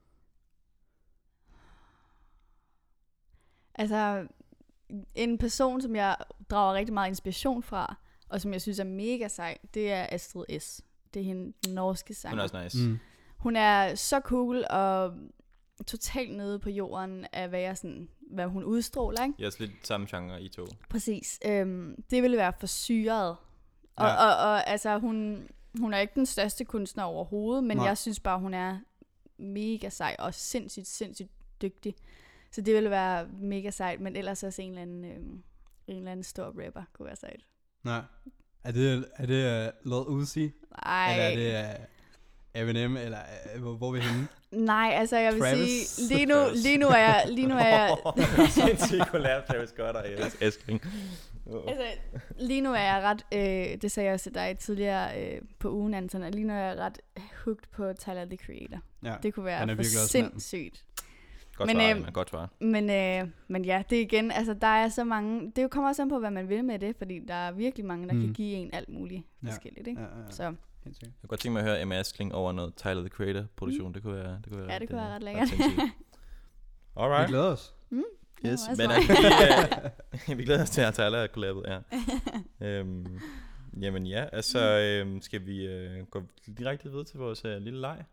altså, en person, som jeg drager rigtig meget inspiration fra, og som jeg synes er mega sej, det er Astrid S. Det er hende den norske sanger. Hun er også nice. Mm. Hun er så cool og totalt nede på jorden af, hvad, jeg sådan, hvad hun udstråler, ikke? Jeg er også lidt samme genre, I to. Præcis. Øhm, det ville være for syret. Og, Ja. og, og altså, hun, hun er ikke den største kunstner overhovedet, men Nej. jeg synes bare, hun er mega sej og sindssygt, sindssygt dygtig. Så det ville være mega sejt, men ellers også en eller anden, øhm, en eller anden stor rapper kunne være sejt. Nej. Er det, er det uh, Lil Uzi? Ej, Eller er det uh, Eminem? Eller uh, hvor, hvor er vi henne? nej, altså jeg vil Travis? sige, lige nu, lige nu er jeg, lige nu er jeg, Sindssygt collab, Travis Scott og Eskling. altså, lige nu er jeg ret, øh, det sagde jeg også til dig tidligere øh, på ugen, Anton, og lige nu er jeg ret hooked på Tyler, the Creator. Ja. Det kunne Han være er for virkelig også mand. sindssygt. Godt Men, svar, øh, Emma, godt svar. Men, øh, men ja, det er igen, altså der er så mange, det kommer også an på, hvad man vil med det, fordi der er virkelig mange, der mm. kan Mm. give en alt muligt Ja. forskelligt, ikke? Ja, ja, ja. Så Helt sikkert. Jeg kunne godt tænke mig at høre Emma Askling over noget Tyler, the Creator produktion. Mm. Det kunne være, det kunne være ja, det kunne være ret ret lækkert. sindssygt. Vi Alright. glæder os. mm? Yes, Ja, men også altså, vi, øh, vi glæder os til at Tyler er kollabet, ja. øhm, jamen ja, altså øhm, skal vi øh, gå direkte videre til vores øh, lille leg?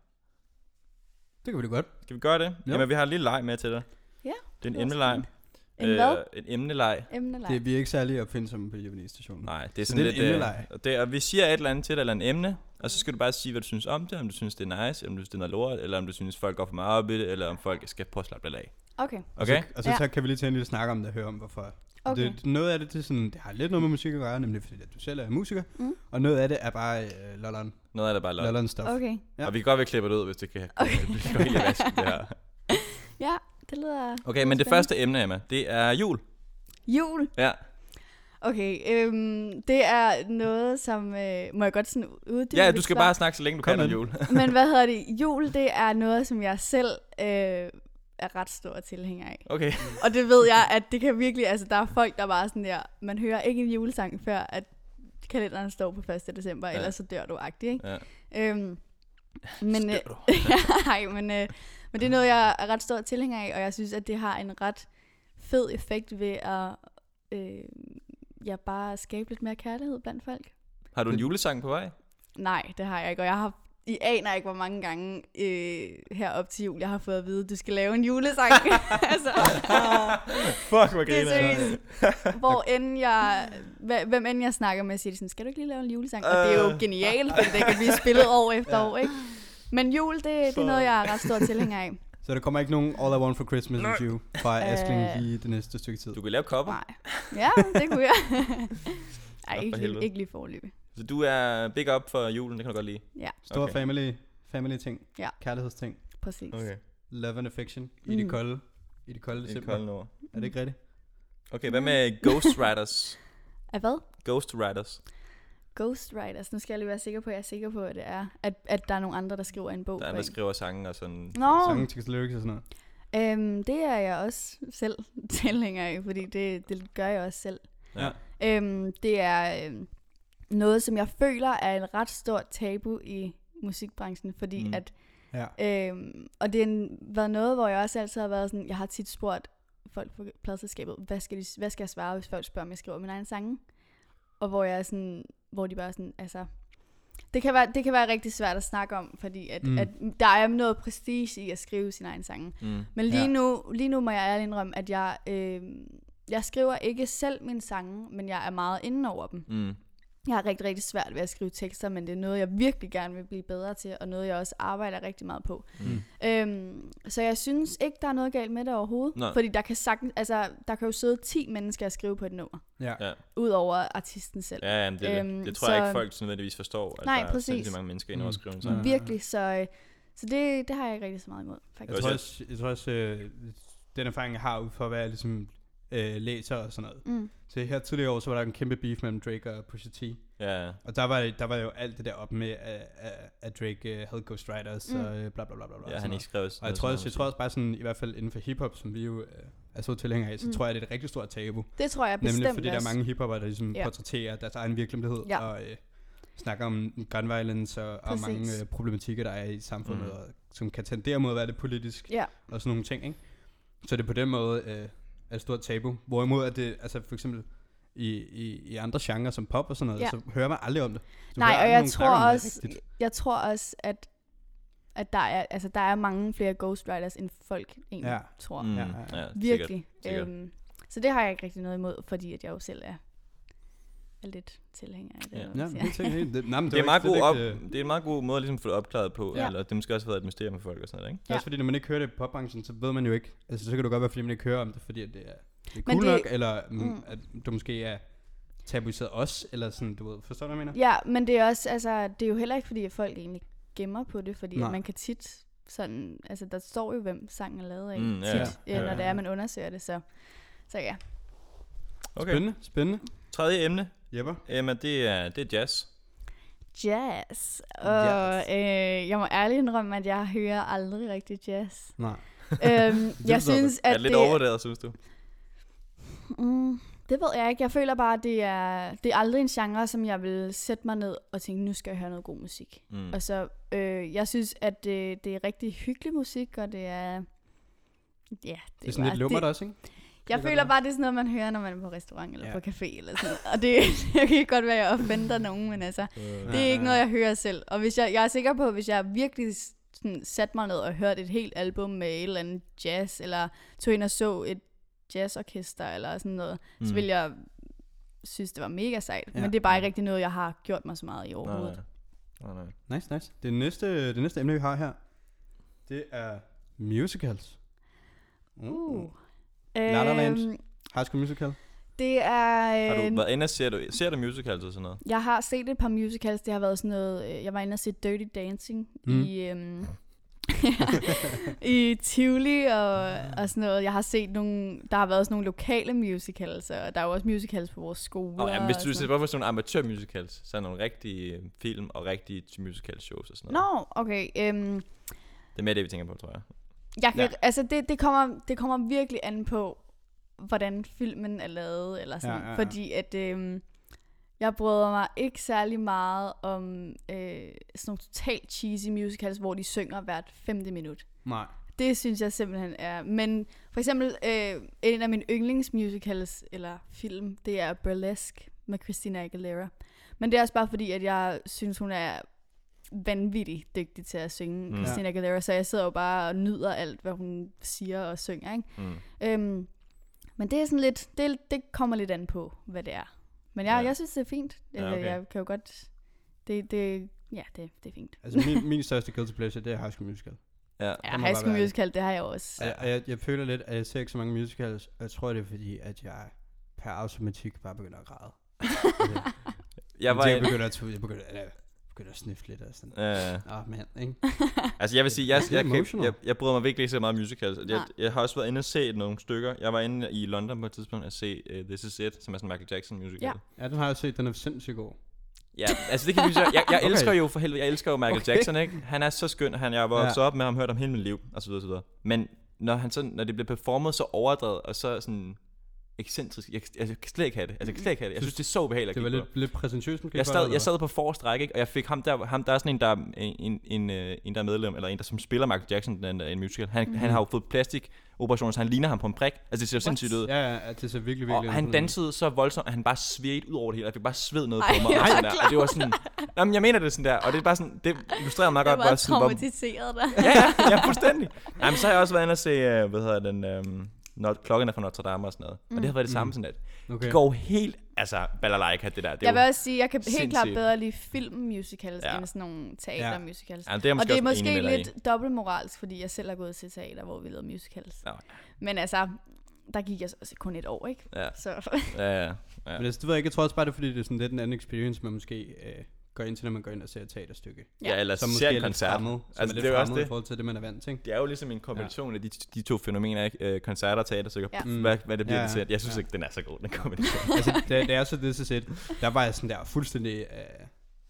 Det kan vi da godt. Skal vi gøre det? Jo. Jamen vi har en lille leg med til dig. Ja, Det er en det var emneleg. fint. En hvad? En emneleg. Emneleg. Det, vi er ikke særlig opfindsomme på Juvenilstationen. Nej, det er Så sådan det er lidt... en øh, emneleg. det er, vi siger et eller andet til dig, eller en emne, og så skal du bare sige, hvad du synes om det, om du synes, det er nice, om du synes, det er noget lort, eller om du synes, folk går for meget op i det, eller om folk skal prøve at slappe lidt af. Okay, Og så, Okay? og så, Ja. så kan vi lige tage en lille snak om det og høre om, hvorfor. okay. Det, noget af det, det, er sådan, det har lidt noget med musik at gøre, nemlig fordi at du selv er musiker. Mm. Og noget af det er bare øh, lolleren. Noget af det er bare lort. Lolleren stof. Okay, Ja. Og vi kan godt være klippet ud, hvis det kan okay. det går helt i vasken, det her. ja, det lyder Okay, men det spændende. første emne, Emma, det er jul. Jul. Ja. Okay, øhm, det er noget, som... Øh, må jeg godt sådan uddybe Ja, lidt du skal så? bare snakke, så længe du Kom kan om med jul. Men hvad hedder det? Jul, det er noget, som jeg selv øh, er ret stor tilhænger af. Okay. Og det ved jeg, at det kan virkelig... Altså, der er folk, der bare sådan der... Man hører ikke en julesang, før at kalenderen står på første december, Ja. ja. ellers så dør du agtigt, ikke? Ja. Øhm, men, øh, Skør du. nej, men, øh, men det er noget, jeg er ret stor tilhænger af, og jeg synes, at det har en ret fed effekt ved at øh, ja, bare skabe lidt mere kærlighed blandt folk. Har du en julesang på vej? Nej, det har jeg ikke, og jeg har I aner ikke, hvor mange gange øh, her op til jul, jeg har fået at vide, at du skal lave en julesang. altså, Fuck, hvor det er griner. seriøst. Hvor end jeg, hva- hvem end jeg snakker med, siger de sådan, skal du ikke lige lave en julesang? Og det er jo genialt, fordi det kan blive spillet år efter år, ikke? Men jul, det, det er noget, jeg er ret stor tilhænger af. Så der kommer ikke nogen All I Want for Christmas is You fra Askling Øh. i det næste stykke tid. Du kan lave kopper. Nej. Ja, det kunne jeg. Ej, for ikke, lige, helvede. ikke lige forløbig. Så du er big up for julen, det kan du godt lide. Ja, Stor Okay. family, family ting. Ja. Kærlighedsting. præcis. Okay. Love and affection i Mm. det kolde. I det kolde Det er december. koldt over. Er det ikke rigtigt? Okay, hvad med ghostwriters? Af hvad? Ghostwriters. Ghostwriters. Nu skal jeg lige være sikker på, at jeg er sikker på, at det er, at, at der er nogle andre, der skriver en bog. Der er for der en. skriver sange og sådan. Nå, Sange, tekst, lyrics og sådan noget. øhm, det er jeg også selv tilhænger af, fordi det, det gør jeg også selv. Ja. Øhm, det er øhm, noget, som jeg føler er et ret stort tabu i musikbranchen, fordi Mm. mm. at, Ja. øhm, og det har været noget, hvor jeg også altid har været sådan, jeg har tit spurgt folk på pladeselskabet, hvad skal, de, hvad skal jeg svare, hvis folk spørger, om jeg skriver min egen sange? Og hvor jeg er sådan, hvor de bare er sådan, altså, det kan være, det kan være rigtig svært at snakke om, fordi at, Mm. mm. at der er noget prestige i at skrive sin egen sange. Mm. Men lige, Ja. nu, lige nu må jeg ærligt indrømme, at jeg, øh, jeg skriver ikke selv mine sange, men jeg er meget inde over dem. Mm. Jeg har rigtig, rigtig svært ved at skrive tekster, men det er noget, jeg virkelig gerne vil blive bedre til, og noget, jeg også arbejder rigtig meget på. Mm. Øhm, så jeg synes ikke, der er noget galt med det overhovedet. Nej. Fordi der kan, sagtens, altså, der kan jo sidde ti mennesker og skrive på et nummer, Ja. Ja. ud over artisten selv. Ja, jamen, det, er Øhm, det. det tror jeg så- ikke, folk nødvendigvis forstår, at Nej, der er præcis. sindssygt mange mennesker inde og Mm. skrive en Ja. sang. Virkelig, så, øh, så det, det har jeg ikke rigtig så meget imod, Jeg faktisk. tror også, jeg tror også øh, den erfaring, jeg har ud for at være ligesom, øh, læser og sådan noget. Mm. Så her tidligere år, så var der en kæmpe beef mellem Drake og Pusha T. Ja, Og der var, der var jo alt det der op med, at, at- at Drake øh, havde ghostwriters Mm. og øh, bla bla bla bla. bla ja sådan han noget. ikke skrev Og jeg tror, også, jeg tror også bare sådan, i hvert fald inden for hiphop, som vi jo øh, er så tilhængere af, så Mm. tror jeg, det er et rigtig stort tabu. Det tror jeg bestemt Nemlig fordi der er også. mange hiphopper, der ligesom Ja. portrætterer deres egen virkelighed, Ja. og øh, snakker om gun violence og, og Præcis. mange øh, problematikker, der er i samfundet, Mm. og, som kan tendere mod at være det politisk, Ja, og sådan nogle ting, ikke? Så det er på den måde øh, er et stort tabu. Hvorimod at det, altså for eksempel i, i, i andre genrer som pop og sådan noget, Ja. så hører man aldrig om det. Du nej, hører og aldrig jeg nogen tror snakke om det også, rigtigt. jeg tror også, at at der er, altså, der er mange flere ghostwriters, end folk egentlig Ja. tror. Mm. Ja, Ja, ja. ja. Virkelig. sikkert. Øhm, så det har jeg ikke rigtig noget imod, fordi at jeg jo selv er, er lidt tilhænger af det. Ja. eller Ja, hvad man det, siger. tænker jeg, det, nej, men Det er, var meget ikke- god op, det er ikke, øh, det er en meget god måde at ligesom få det opklaret på, Ja. eller det måske også været et mysterium for folk og sådan noget, ikke? Det er også fordi, når man ikke hører det i popbranchen, så ved man jo ikke. Altså, så kan det godt være, fordi man ikke hører om det, fordi at det er, det er Men cool det- nok, eller mm. Mm. at du måske er tabuiseret også, eller sådan, du ved. Forstår du, hvad jeg mener? Ja, men det er også, altså, det er jo heller ikke, fordi at folk egentlig gemmer på det, fordi Nej. at man kan tit sådan, altså der står jo, hvem sangen er lavet af, Mm, ja, tit, ja. øh, Ja, når ja, det ja. er, man undersøger det, så, så ja. Okay. Spændende, spændende. Tredje emne, Jepper. Emma, det er, det er jazz. Jazz. Og Jazz. øh, jeg må ærligt indrømme, at jeg hører aldrig rigtig jazz. Nej. øhm, lyder jeg synes, Er at det lidt det, overvurderet, synes du? Mm, det ved jeg ikke. Jeg føler bare, at det er, det er aldrig en genre, som jeg vil sætte mig ned og tænke, nu skal jeg høre noget god musik. Mm. Og så, øh, jeg synes, at det, det er rigtig hyggelig musik, og det er... Ja, det, Det er sådan lidt lummert også, ikke? Jeg det godt føler være. bare, det er sådan noget, man hører, når man er på restaurant eller Ja. ja. på café eller sådan noget. Og det, jeg kan godt være, at jeg offender nogen, men altså, Øh, det er ikke noget, jeg hører selv. Og hvis jeg, jeg er sikker på, at hvis jeg virkelig sådan, satte mig ned og hørte et helt album med et eller andet jazz, eller tog ind og så et jazzorkester eller sådan noget, mm. så Mm. ville jeg synes, det var mega sejt. Ja. Men det er bare ikke rigtig noget, jeg har gjort mig så meget i nej, overhovedet. nej. Nej, nej. Nice, nice. Det næste, det næste emne, vi har her, det er musicals. Mm. Uh. La La Land. Øhm, High School Musical. det er... Har Øh, du været inde og ser du, ser du musicals og sådan noget? jeg har set et par musicals. Det har været sådan noget... Øh, jeg var inde og se Dirty Dancing Mm. mm. i... Øhm, i Tivoli og, og sådan noget. Jeg har set nogle... Der har været sådan nogle lokale musicals, og der er jo også musicals på vores skole. Oh, jamen, hvis og du sådan ser bare for sådan nogle amatørmusicals, så er nogle rigtige øh, film og rigtige musical shows og sådan noget. noget. Nå, okay. Øhm, Det er mere det, vi tænker på, tror jeg. jeg kan, Ja. ja. Altså, det, det, kommer, det kommer virkelig an på, hvordan filmen er lavet, eller sådan. Ja, ja, ja. Fordi at... Øhm, jeg bryder mig ikke særlig meget om øh, sådan nogle totalt cheesy musicals, hvor de synger hvert femte minut. Nej. Det synes jeg simpelthen er... Men for eksempel, øh, en af mine yndlingsmusicals, eller film, det er Burlesque med Christina Aguilera. Men det er også bare fordi, at jeg synes, hun er vanvittigt dygtig til at synge, Mm. Christina Aguilera, så jeg sidder jo bare og nyder alt, hvad hun siger og synger, ikke? Mm. Øhm, men det er sådan lidt, det, det kommer lidt an på, hvad det er. Men jeg, Ja. ja. jeg synes, det er fint. Ja, Ja, okay. okay. Jeg kan jo godt, det, det, ja, det, det er fint. Altså min, min største guilty pleasure, det er High School Musical. Ja. Ja, må High bare School være Musical, det har jeg også. Og jeg, og jeg, jeg føler lidt, at jeg ser ikke så mange musicals, og jeg tror, det er fordi, at jeg per automatik bare begynder at græde. Altså, Jeg var jeg en, begynder at tude, jeg begynder, jeg begynder at sniffe lidt og sådan. øh, Åh, oh, mand, ikke? altså jeg vil sige, jeg, Det er jeg, jeg, emotional. jeg, jeg bryder mig virkelig ikke så meget om musicals. Jeg, Nej. jeg har også været inde og se nogle stykker. Jeg var inde i London på et tidspunkt og se uh, This Is It, som er sådan en Michael Jackson musical. Ja. Ja, den har jeg set, den er sindssygt god. Ja, altså det kan vi så. Jeg, jeg Okay. elsker jo for helvede, jeg elsker jo Michael Okay. Jackson, ikke? Han er så skøn, han jeg har vokset Ja. op med ham, hørt om hele mit liv, og så videre, så videre. Men når han så, når det bliver performet så overdrevet, og så sådan ekscentrisk, jeg, altså, jeg kan slet ikke have det. Altså jeg kan slet ikke have det. Jeg synes, det er så behageligt Det at var kigge på. lidt, lidt præsentøst måske. Jeg for dig, sad, eller jeg sad på forreste række, ikke? Og jeg fik ham der, ham, der er sådan en, der er en, en, en, øh, en, der er medlem, eller en, der som spiller Michael Jackson, den der en musical. Han, Mhm. mm. han har jo fået plastikoperationer, så han ligner ham på en prik. Altså det ser jo sindssygt ud. hvad? Ja, ja, det ser virkelig, virkelig Og han ud. dansede så voldsomt, at han bare svedte ud over det hele. Jeg fik bare sved noget Ej, på mig. jeg Og, er sådan der. Og det var sådan... Jamen, jeg mener det sådan der. Og det er bare sådan... Det illustrerer meget Jeg godt, var hvor sådan... Hvor, traumatiseret der. ja, ja, ja, fuldstændig. Jamen, så har jeg også været inde og se, uh, hvad hedder den... Um, når klokken er fra Notre Dame og sådan noget. Mm. Og det har været det samme Mm. sådan at... Okay. Det går helt... Altså, balalaika, det der. Det er Jeg jo, vil også sige, jeg kan helt klart sindssygt. bedre lide filmmusicals, Ja. ja. end sådan nogle teatermusicals. ja, det er jeg Og måske det er også enig måske med dig i. lidt dobbeltmoralsk, fordi jeg selv har gået til teater, hvor vi lavede musicals. Ja. Men altså, der gik jeg så også kun et år, ikke? Ja, Så ja, ja. ja. Men altså, det ved jeg ikke, jeg tror også bare, det er fordi, det er sådan lidt en anden experience, man måske øh, går ind til, når man går ind og ser et teaterstykke. Ja, eller Som ser måske er en lidt koncert. fremmed, som Altså, er lidt det er jo også fremmed det. i forhold til det, man er vant til. Ikke? Det er jo ligesom en kombination ja. af de, de to fænomener, ikke? Øh, koncerter og teater, så Ja. hvad, hvad det bliver Ja, ja, det til. Jeg synes ja. ikke, den er så god, den kombination. Altså, da, da jeg så det så set, der var jeg sådan der fuldstændig øh,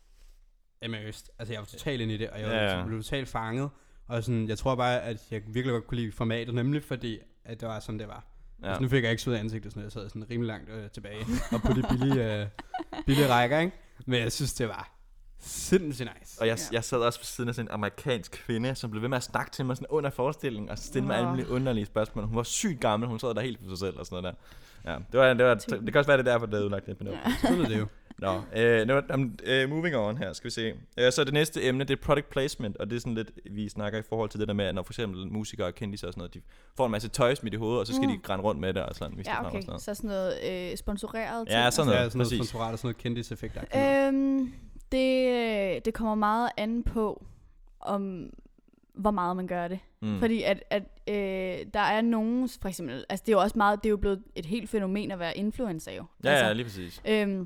immersed. Altså, jeg var totalt inde i det, og jeg var Ja, ja. blev totalt fanget. Og sådan, jeg tror bare, at jeg virkelig godt kunne lide formatet, nemlig fordi, at det var sådan, det var. Ja. Ja. Altså, nu fik jeg ikke sved i ansigtet, sådan, jeg sad sådan rimelig langt øh, tilbage, og på de billige, øh, billige rækker, ikke? Men jeg synes, det var sindssygt nice. Og jeg, Ja. jeg sad også ved siden af sådan en amerikansk kvinde, som blev ved med at snakke til mig sådan under forestillingen, og stille mig alle Nå. mulige underlige spørgsmål. Hun var sygt gammel, hun sad der helt for sig selv og sådan noget der. Ja, det var, det var, det kan også være, det er derfor, det er udlagt lidt med ja. Sådan er det jo. Nå, øh, nu, um, uh, moving on her, skal vi se. Uh, så det næste emne, det er product placement, og det er sådan lidt, vi snakker i forhold til det der med, at når for eksempel musikere og kendisser og sådan noget, de får en masse tøjs midt i hovedet, og så skal Mm. de grænne rundt med det og sådan, hvis Ja, det okay. og sådan noget. Så sådan noget øh, sponsoreret Ja, ting. sådan Ja, noget, sådan noget præcis. sponsorat og sådan noget kendiseffekt. Øhm, det, det kommer meget an på, om hvor meget man gør det. Mm. Fordi at, at øh, der er nogen, for eksempel, altså det er jo også meget, det er jo blevet et helt fænomen at være influencer jo. Ja, altså, ja, lige præcis. Øhm,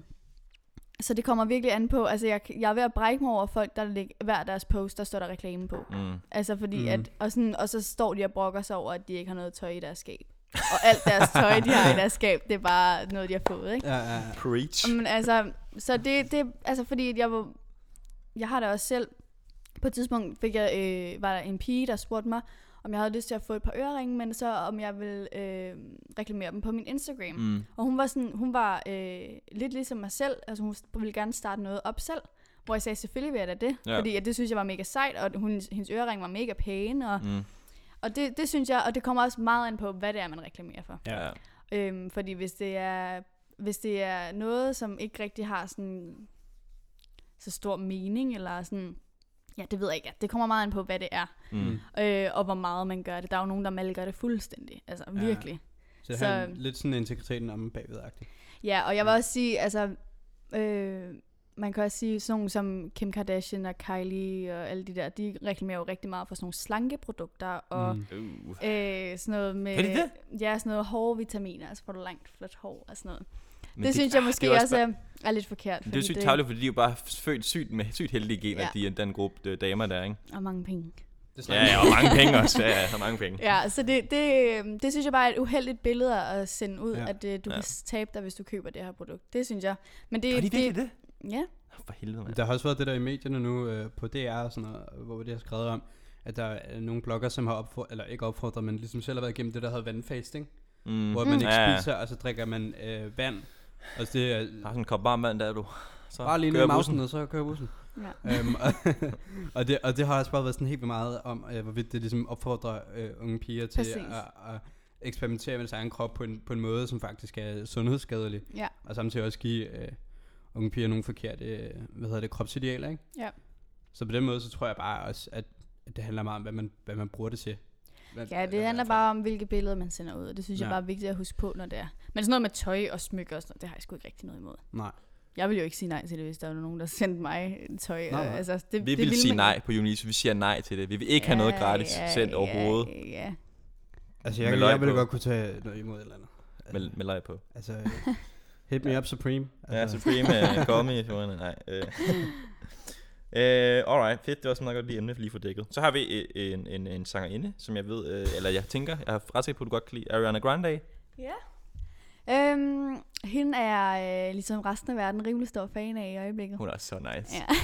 så det kommer virkelig an på, altså jeg, jeg er ved at brække mig over folk, der lægger hver deres post, der står der reklame på. Mm. Altså fordi Mhm. at, og, sådan, og så står de og brokker sig over, at de ikke har noget tøj i deres skab. Og alt deres tøj, de har i deres skab, det er bare noget, de har fået, ikke? Ja, ja, ja. Preach. Men altså, så det, det altså fordi at jeg var, jeg har det også selv, på et tidspunkt fik jeg, øh, var der en pige, der spurgte mig, om jeg havde lyst til at få et par øreringe, men så om jeg ville øh, reklamere dem på min Instagram. Mm. Og hun var sådan, hun var øh, lidt ligesom mig selv, altså hun ville gerne starte noget op selv, hvor jeg sagde, selvfølgelig vil jeg da det, Ja. fordi at det synes jeg var mega sejt, og hun, hendes øreringe var mega pæne, og, Mm. og det, det synes jeg, og det kommer også meget an på, hvad det er, man reklamerer for. Ja. Øhm, fordi hvis det er hvis det er noget, som ikke rigtig har sådan så stor mening, eller sådan, ja, det ved jeg ikke. Det kommer meget an på, hvad det er, Mm. øh, og hvor meget man gør det. Der er jo nogen, der malker det fuldstændig, altså Ja. virkelig. Så det Så- har lidt sådan integriteten om bagvedagtigt. Ja, og jeg vil også sige, altså, øh, man kan også sige, sådan nogle som Kim Kardashian og Kylie og alle de der, de reklamerer jo rigtig meget for sådan nogle slankeprodukter, og Mm. Uh. øh, sådan noget med, Kan de det? ja, sådan noget hårvitaminer, altså får du langt, flot hår og sådan noget. Men Det, synes jeg måske det er også bare- er, er lidt forkert. Det er sygt tavligt, fordi de er jo bare født sygt med sygt heldige gener, Ja. de er den gruppe øh, damer der, ikke? Og mange penge. Det Ja, ja, og mange penge også. Ja, ja, så mange penge. Ja, så det, det, det synes jeg bare er et uheldigt billede at sende ud, Ja. ja. at uh, du Ja. ja. kan tabe dig, hvis du køber det her produkt. Det synes jeg. Men det, Gør de virkelig det? Ja, For helvede, mand. Der har også været det der i medierne nu øh, på D R og sådan noget, hvor det har skrevet om, at der er nogle blogger, som har opfordret, eller ikke opfordret, men ligesom selv har været igennem det, der hedder vandfasting, Mm. hvor man ikke Ja, ja. spiser, og så drikker man øh, vand. Og det er Har sådan en kop varm vand, der er du. Så bare lige ned kører i mausen, bussen. og så kører bussen. ja. øhm, og, og, det, og det har også bare været sådan helt vildt meget om, øh, hvorvidt det ligesom opfordrer øh, unge piger til Præcis. at, at eksperimentere med deres egen krop på en, på en måde, som faktisk er sundhedsskadelig. ja. Og samtidig også give øh, unge piger nogle forkerte, øh, hvad hedder det, kropsidealer, ikke? Ja. Så på den måde, så tror jeg bare også, at, at det handler meget om, hvad man, hvad man bruger det til. Hvad, Ja, det hvad handler for- bare om, hvilke billeder man sender ud, og det synes ja. Ja. jeg bare er vigtigt at huske på, når det er. Men sådan noget med tøj og smykker og sådan noget, det har jeg sgu ikke rigtig noget imod. Nej. Jeg vil jo ikke sige nej til det, hvis der var nogen, der sendte mig tøj. Nej, og, nej. altså, det, Vi det vil ville sige man- nej på Unice, vi siger nej til det. Vi vil ikke have noget gratis ja, sendt ja, overhovedet. Ja, ja. Altså, jeg, Med jeg, løg jeg ville på. godt kunne tage noget imod et eller andet. Med, med leg på. Altså, øh, hit me up Supreme. Ja, Altså, Supreme, uh, call me if you wanna. Nej. Uh. uh, alright, fedt. Det var sådan meget godt lige emne lige for dækket. Så har vi uh, en, en, en sangerinde, som jeg ved, uh, eller jeg tænker, jeg har ret sikker på, at du godt kan lide. Ariana Grande. Ja. Øhm, hende er øh, ligesom resten af verden rimelig stor fan af i øjeblikket. Hun er så nice. Ja.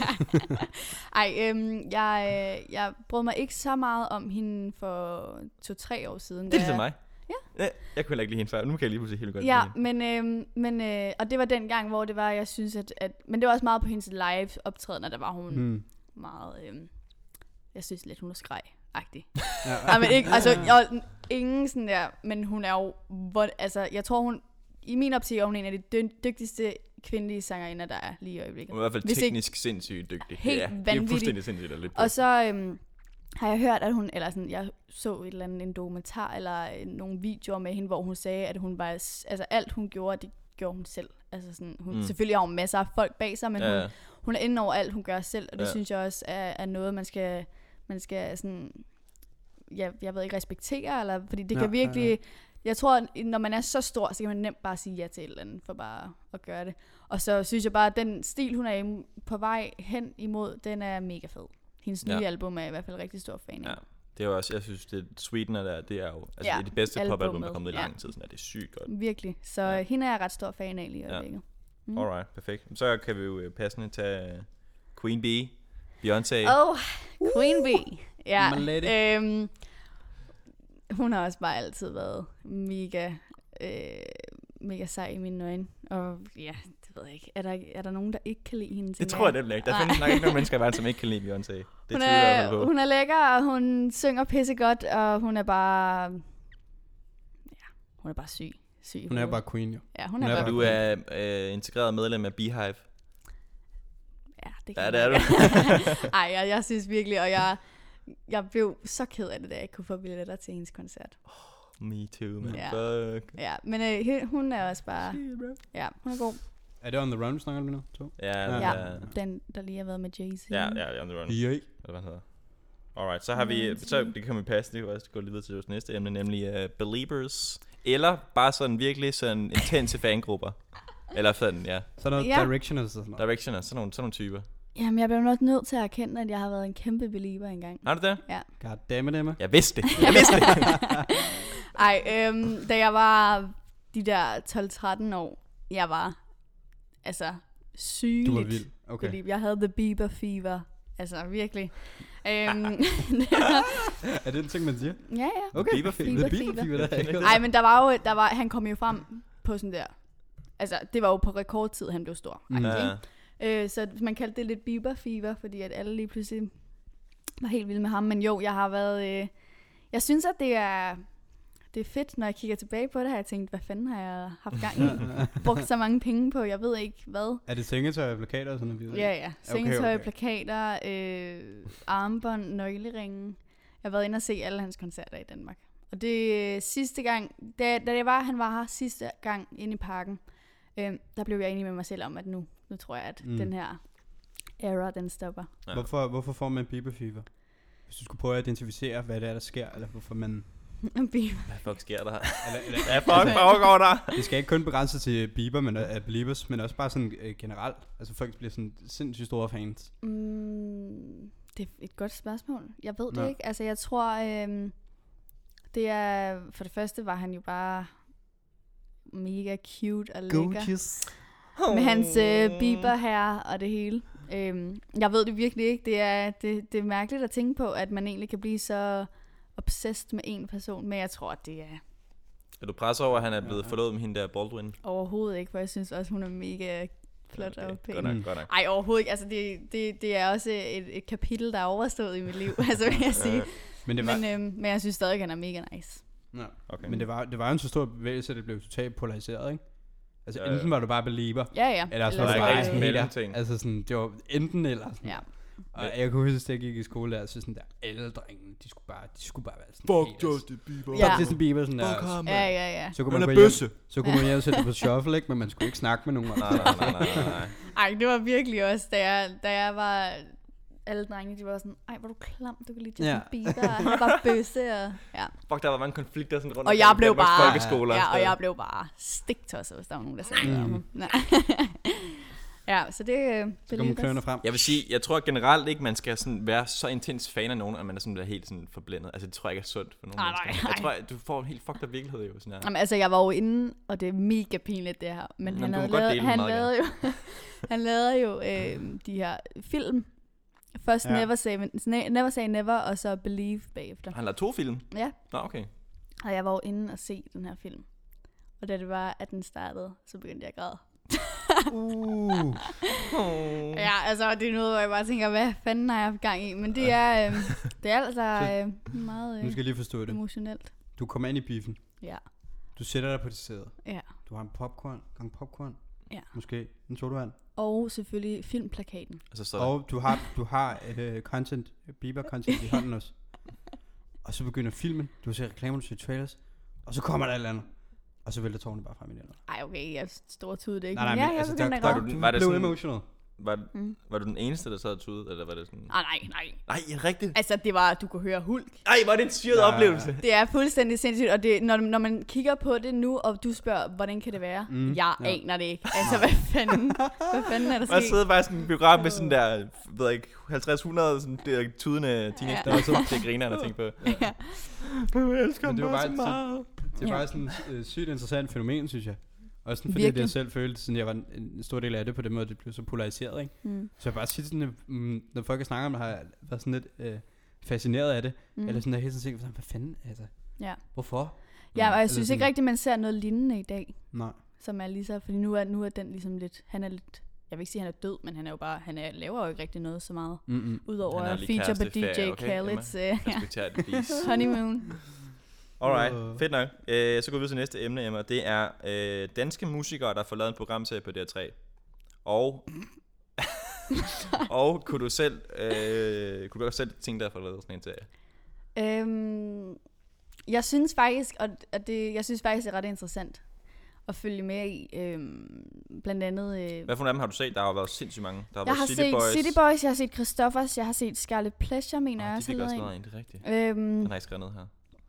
Ej, øhm, jeg, øh, jeg brød mig ikke så meget om hende for to-tre år siden. Det er da- ligesom mig. Ja. Jeg, jeg kunne heller ikke lide hende før. Nu kan jeg lige pludselig helt godt Ja, lide hende. men, øh, men øh, og det var den gang, hvor det var, jeg synes, at, at men det var også meget på hendes live optrædener, der var hun hmm. meget, øh, jeg synes lidt, hun er skreg-agtig. Ja. Nej, men ikke, altså, jeg, ingen sådan der, men hun er jo, hvor, altså, jeg tror hun, i min optik er hun en af de dy- dygtigste kvindelige sangerinder, der er lige i øjeblikket. Hun er i hvert fald Hvis ikke- teknisk sindssygt dygtig. Helt ja, det er vanvittigt. fuldstændig sindssygt at lytte på. Og så øhm, har jeg hørt, at hun, eller sådan, jeg så et eller andet, en dokumentar, eller øh, nogle videoer med hende, hvor hun sagde, at hun var, s- altså alt hun gjorde, det gjorde hun selv. Altså sådan, hun, Mm. mm. selvfølgelig har hun masser af folk bag sig, men ja, hun, ja. hun er inde over alt, hun gør selv, og det Ja. ja. synes jeg også er, er noget, man skal, man skal sådan, ja, jeg ved ikke, respektere, eller, fordi det Ja, kan ja, virkelig, ja. jeg tror, at når man er så stor, så kan man nemt bare sige ja til et eller andet, for bare at gøre det. Og så synes jeg bare, at den stil, hun er im- på vej hen imod, den er mega fed. Hendes nye Ja. album er jeg i hvert fald rigtig stor fan af. Ja. Det er jo også, jeg synes, det Sweetener der, det er jo altså Ja, ja, det bedste popalbum, der er albumet, kommet i ja. lang tid. Sådan er det er sygt godt. Virkelig. Så Ja. ja. hende er jeg ret stor fan af lige i Ja. øjeblikket. Mm. Alright, perfekt. Så kan vi jo øh, passende tage øh, Queen Bee, Beyoncé. Oh, Queen Bee. Ja, My lady. øhm, hun har også bare altid været mega, øh, mega sej i mine øjne. Og ja, det ved jeg ikke. Er der, er der nogen, der ikke kan lide hende? Det tænker tror jeg nemlig ikke. Der Nej. findes nok ikke nogen mennesker i verden, som ikke kan lide Beyoncé. Det Hun tvivler jeg i hvert fald er, på. hun er lækker, og hun synger pisse godt, og hun er bare, ja, hun er bare syg. syg i Hun er hovedet. bare queen, jo. Ja, hun, hun er, er bare Og du er øh, integreret medlem af Beehive. Ja, det Ja, kan det er jeg. du. Ej, jeg, jeg synes virkelig, og jeg, jeg blev så ked af det, da jeg ikke kunne få billetter til hendes koncert. Me too, man. Ja. Fuck. Ja, men øh, he- hun er også bare, ja, hun er god. Er det On The Run, du snakker om nu? To? Ja, Ja. ja. Ja, den, der lige har været med Jay-Z. Ja, ja, ja, on the run. Ja. Eller hvad han hedder. Alright, så har vi, så det kan vi passe, det kan vi også gå lidt videre til vores næste emne, nemlig uh, Beliebers. Eller bare sådan virkelig sådan intense fangrupper. Eller sådan, ja. Så er der Ja. Directioners og sådan noget. Directioners, sådan nogle, sådan nogle typer. Jamen, jeg bliver nok nødt til at erkende, at jeg har været en kæmpe belieber engang. Har du det? Ja. God damn it, Emma. Jeg vidste det. Jeg vidste det. Ej, øhm, da jeg var de der tolv tretten år, jeg var, altså, sygeligt. Du var vild. Okay. Fordi jeg havde the Bieber fever. Altså, virkelig. øhm, det var, Er det en ting, man siger? ja, ja. Okay. Bieber fever. The Bieber Bieber fever. fever, der er ikke Ej, men der var jo, der var, han kom jo frem på sådan der, altså, det var jo på rekordtid, han blev stor. Mm. Ja. Øh, så man kaldte det lidt Bieber fever, fordi at alle lige pludselig var helt vilde med ham. Men jo, jeg har været, øh, jeg synes, at det er, det er fedt, når jeg kigger tilbage på det, har jeg tænkt, hvad fanden har jeg haft gang i? Brugt så mange penge på, jeg ved ikke hvad. Er det sengetøj og plakater og sådan noget? Ja, ja. Sengetøj, okay. okay, plakater, øh, armbånd, nøgleringe. Jeg har været inde og se alle hans koncerter i Danmark. Og det øh, sidste gang, da, da det var, han var her sidste gang inde i parken, øh, der blev jeg enig med mig selv om, at nu, nu tror jeg, at Mm. mm. den her era, den stopper. Ja. Hvorfor, hvorfor får man Bieber fever? Hvis du skulle prøve at identificere, hvad det er, der sker, eller hvorfor man... Bieber. Hvad fuck sker der? Eller, eller, Hvad fuck foregår der? det skal ikke kun begrænse til Bieber, men af Beliebers, men også bare sådan øh, generelt. Altså folk bliver sådan sindssygt store fans. Mm, det er et godt spørgsmål. Jeg ved det Nå. ikke. Altså, jeg tror, øhm, det er... For det første var han jo bare mega cute og lækker. Med hans øh, Bieber her og det hele. Øhm, jeg ved det virkelig ikke. Det er, det, det er mærkeligt at tænke på, at man egentlig kan blive så obsessed med en person. Men jeg tror, at det er Er du presset over, at han er blevet Ja. forlovet med hende der Baldwin? overhovedet ikke, for jeg synes også, hun er mega flot Okay, og pæn. godt nok, Mm. godt nok. Ej, overhovedet ikke. Altså, det, det, det er også et, et kapitel, der er overstået i mit liv, altså vil jeg sige. Men det var, Men, øhm, men jeg synes stadig, han er mega nice. ja. Okay. men det var, det var jo en så stor bevægelse, at det blev totalt polariseret, ikke? Altså Ja, ja. enten var du bare belieber, Ja, ja. eller også Der var er du ikke bare rigtig en hater. mellemting. Altså sådan, det var enten eller sådan. Ja. Og jeg kunne huske, at jeg gik i skole der, så sådan der, alle drengene, de skulle bare, de skulle bare være sådan Fuck haters. Justin Bieber. Ja. Fuck Justin Bieber, sådan der. Fuck ham, Ja, ja, ja. Så kunne Han man er gå hjem, bøsse. så kunne man hjem og sætte det på shuffle, ikke? Men man skulle ikke snakke med nogen. Nej, nej, nej, nej, nej. Ej, det var virkelig også, da jeg, da jeg var... Alle drengene, de var sådan, ej, hvor er du klam, du kan lide Justin Ja. Bieber, han er bare bøsse, og... Ja. Fuck, der var mange konflikter sådan rundt Og jeg omkring blev Danmarks bare, folkeskoler. ja, og stadig. jeg blev bare stiktosset, hvis der var nogen, der sagde noget om Mm. ham. Nej. Ja, så det er Så kommer kløerne frem. Jeg vil sige, jeg tror generelt ikke, man skal sådan være så intens fan af nogen, at man er sådan der helt sådan forblændet. Altså, det tror jeg ikke er sundt for nogen Nej, nej, mennesker. Jeg nej. tror, at du får en helt fucked up virkelighed jo. Sådan her. Jamen, altså, jeg var jo inde, og det er mega pinligt, det her. Men Jamen, han, du havde må godt lavet, dele den han, meget lavede jo, han lavede jo øh, de her film. Først Ja. ja. Never, Say, Never Say Never, og så Believe bagefter. Han lavede to film. Ja, Nå, okay. og jeg var jo inde og se den her film. Og da det var, at den startede, så begyndte jeg at græde. Uh. Ja, altså, det er noget, hvor jeg bare tænker, hvad fanden har jeg haft gang i? Men det er, øh, det er altså øh, meget Nu øh, skal jeg lige forstå det. emotionelt. Du kommer ind i biffen. Ja, Du sætter dig på det sæde. ja. Du har en popcorn, gang popcorn. Ja. Måske en sodavand. Og selvfølgelig filmplakaten. Og så står der, Og du har, du har uh, content, Bieber content i hånden også. Og så begynder filmen. Du ser reklamer, du ser trailers. Og så kommer der et eller andet. Og så vælter tårne bare frem i det. Ej, okay, jeg står tude det ikke. Nej, nej, men men ja, jeg altså, begyndte der, at der, græde. du Var det blev sådan- emotional. var, Mm. var du den eneste, der sad og tude, eller var det sådan... Ah, nej, nej. Nej, er det rigtigt? Altså, det var, du kunne høre Hulk. Nej, var det en syret Nej. oplevelse? Det er fuldstændig sindssygt, og det, når, når man kigger på det nu, og du spørger, hvordan kan det være? Mm, Mm, jeg ja. aner det ikke. Altså, hvad fanden, hvad fanden er der Man sket? sidder bare sådan en biograf med sådan der, ved jeg ikke, halvtreds hundrede sådan der tudende teenage Ja. ja. så det griner han at tænke på. Ja. Jeg elsker Men ham det var bare så bare- meget. Det er Ja. bare sådan et øh, sygt interessant fænomen, synes jeg. Også sådan, fordi Virkelig. det jeg selv følte, sådan jeg var en, en stor del af det på den måde, det blev så polariseret, ikke? Mm. Så jeg bare siger sådan, at, mm, når folk har snakket om det, har jeg været sådan lidt øh, fascineret af det. Mm. Mm. Eller sådan, der hele tiden tænker, hvad fanden, altså, Ja. hvorfor? Ja, og jeg Eller synes sådan- ikke rigtigt, man ser noget lignende i dag, Nej. som er lige så, fordi nu er, nu er den ligesom lidt, han er lidt, jeg vil ikke sige, at han er død, men han er jo bare, han er, laver jo ikke rigtig noget så meget, Mm-mm. udover Han er at lige feature på D kæresteferie, J okay, Khaled's øh, ja, Respekterer det please. honeymoon. Alright, Øh. fedt nok. Øh, så går vi videre til næste emne, Emma. Det er øh, danske musikere, der får lavet en programserie på D R tre. Og... og kunne du selv... Øh, kunne du også selv tænke dig at få lavet sådan en serie? Øhm, jeg synes faktisk, og og det, jeg synes faktisk, det er ret interessant at følge med i. Øhm, blandt andet... Øh, Hvad for nogle af dem har du set? Der har jo været sindssygt mange. Der har jeg været har City set Boys. City Boys, jeg har set Christoffers, jeg har set Scarlet Pleasure, mener Oh, jeg de også. fik har også lavet lavet en, det er rigtigt. en. Øhm, Den har jeg skrevet ned her.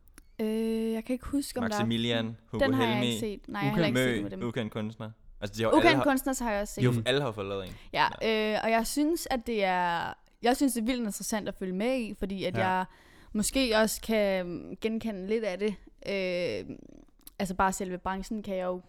øh, jeg kan ikke huske, om Maximilian, der Hugo er... Den har jeg Helmi, ikke set. Nej, jeg har heller ikke set den med Mø, dem. Ukendt kunstner. Altså, de har jo alle, Ukendt har, kunstner har jeg også set. de har, jo alle har fået lavet en. Ja, øh, og jeg synes, at det er... Jeg synes, det er vildt interessant at følge med i, fordi at Ja. jeg måske også kan genkende lidt af det. Øh, altså bare selve branchen kan jeg jo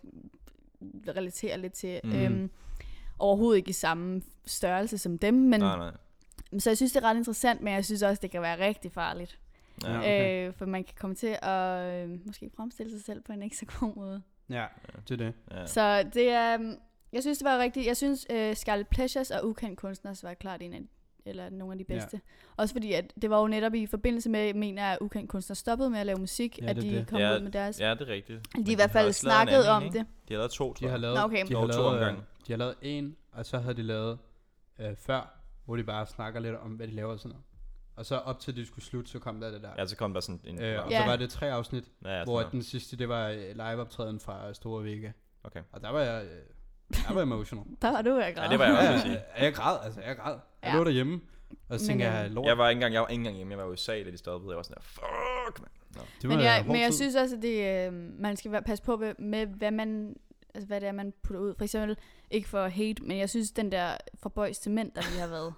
relatere lidt til. Mhm. Mm. Øhm, overhovedet ikke i samme størrelse som dem, men Nej, nej. så jeg synes, det er ret interessant, men jeg synes også, det kan være rigtig farligt. Ja. Ja. Ja. okay. Øh, for man kan komme til at øh, måske fremstille sig selv på en ikke så god måde. Ja, det er det. Ja. Så det er, um, jeg synes, det var rigtigt. Jeg synes, uh, Scarlet Pleasures og Ukendt Kunstners var klart en af, eller nogle af de Ja. bedste. Også fordi, at det var jo netop i forbindelse med, mener jeg, at Ukendt Kunstner stoppede med at lave musik, Ja, at det er de det. kom Ja, ud med deres... Ja, det er rigtigt. de Men i hvert har fald også lavet en snakkede anden om en, det. ikke? De har lavet to, tror De har jeg. lavet, Nå, okay. de har Og to lavet, omgange. øh, de har lavet en, og så havde de lavet øh, før, hvor de bare snakker lidt om, hvad de laver og sådan noget. Og så op til de skulle slutte, så kom der det der. Ja, så kom der sådan en... Øh, og Ja. så var det tre afsnit, ja, ja, hvor sådan den sidste, det var øh, liveoptræden fra Store Vega. Okay. Og der var jeg, øh, der var jeg emotional. Der var du, jeg Ja, det var jeg også, Ja, vil sige. ja, jeg græd, altså jeg græd. Jeg Ja. lå derhjemme, og så Men, tænkte øh, jeg, lort, Jeg var ikke engang, jeg var ikke engang hjemme. Jeg var i U S A, da de stoppede. Jeg var sådan der, fuck, man. Nå. det var Men en jeg, hård men jeg tid. synes også, at det, øh, man skal være- passe på med- med, hvad man... Altså, hvad det er, man putter ud. For eksempel, ikke for hate, men jeg synes, den der fra Boys til Mænd, der lige har været...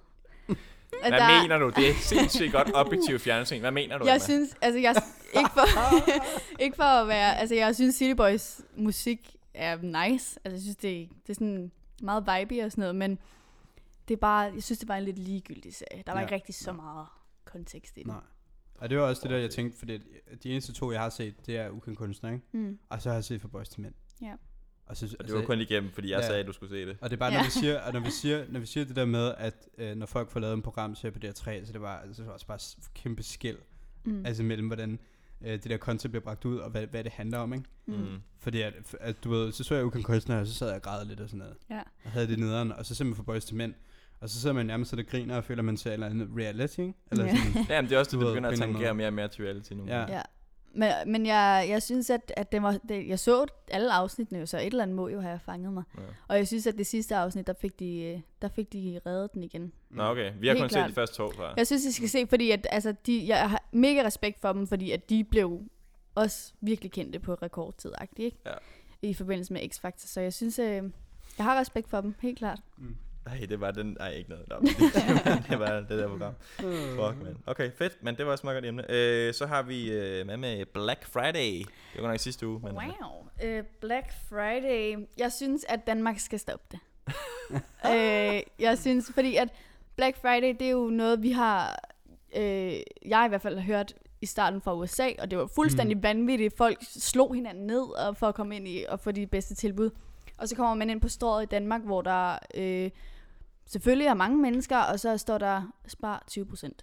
at Hvad der- mener du? Det er sindssygt godt objektivt fjernsyn. Hvad mener du, Jeg Emma? synes, altså jeg, ikke for, ikke for at være, altså jeg synes City Boys musik er nice, altså jeg synes det, det er sådan meget vibey og sådan noget, men det er bare, jeg synes det var en lidt ligegyldig serie. Der var Ja. ikke rigtig så meget kontekst i den. Nej. Og det var også det der, jeg tænkte, fordi de eneste to, jeg har set, det er Ukendt Kunstner, ikke? Mm. Og så har jeg set For Boys til Mænd. Ja. Og, så, Og det var kun igennem, fordi jeg Ja. sagde, at du skulle se det. og det er bare, Ja. når vi siger, og når vi siger, når vi siger det der med, at øh, når folk får lavet en program, så på D R tre, så det var altså også bare s- kæmpe skæld. Mm. Altså mellem, hvordan øh, det der concept bliver bragt ud, og hvad, hvad det handler om, ikke? Mm. Mm. Fordi at, at du ved, så så jeg Ukendt Kunstner, og så sad jeg og græd lidt og sådan noget. Ja. Og havde det nederen, og så ser man for Boys til Mænd. Og så sidder man nærmest og griner og føler, man ser et eller andet reality, ikke? Eller Ja. sådan. Ja, men det er også det, Du det ved, begynder at på en eller anden tangere måde. mere og mere til reality nu. Ja. Ja. Men, men jeg, jeg synes, at, at det var, det, jeg så alle afsnittene, jo, så et eller andet må jo have fanget mig. Ja. Og jeg synes, at det sidste afsnit, der fik de, der fik de reddet den igen. Nå, okay. Vi har Helt kun set klart. de første to, tror jeg. Jeg synes, I skal se, fordi at, altså, de, jeg har mega respekt for dem, fordi at de blev også virkelig kendte på rekordtid, ikke? Ja. I forbindelse med X-Factor. Så jeg synes, øh, jeg har respekt for dem, helt klart. Mm. Ej, det var den... Ej, ikke noget. Nå, det, det var det der program. Fuck, man. Okay, fedt. Men det var også meget godt emne. Øh, så har vi øh, med med Black Friday. Det var godt nok sidste uge. Men, Wow. Uh, Black Friday. Jeg synes, at Danmark skal stoppe det. uh, jeg synes, fordi at Black Friday, det er jo noget, vi har... Uh, jeg i hvert fald har hørt i starten fra U S A, og det var fuldstændig mm. vanvittigt. Folk slog hinanden ned og for at komme ind i og få de bedste tilbud. Og så kommer man ind på stået i Danmark, hvor der øh, selvfølgelig er mange mennesker, og så står der spar tyve procent.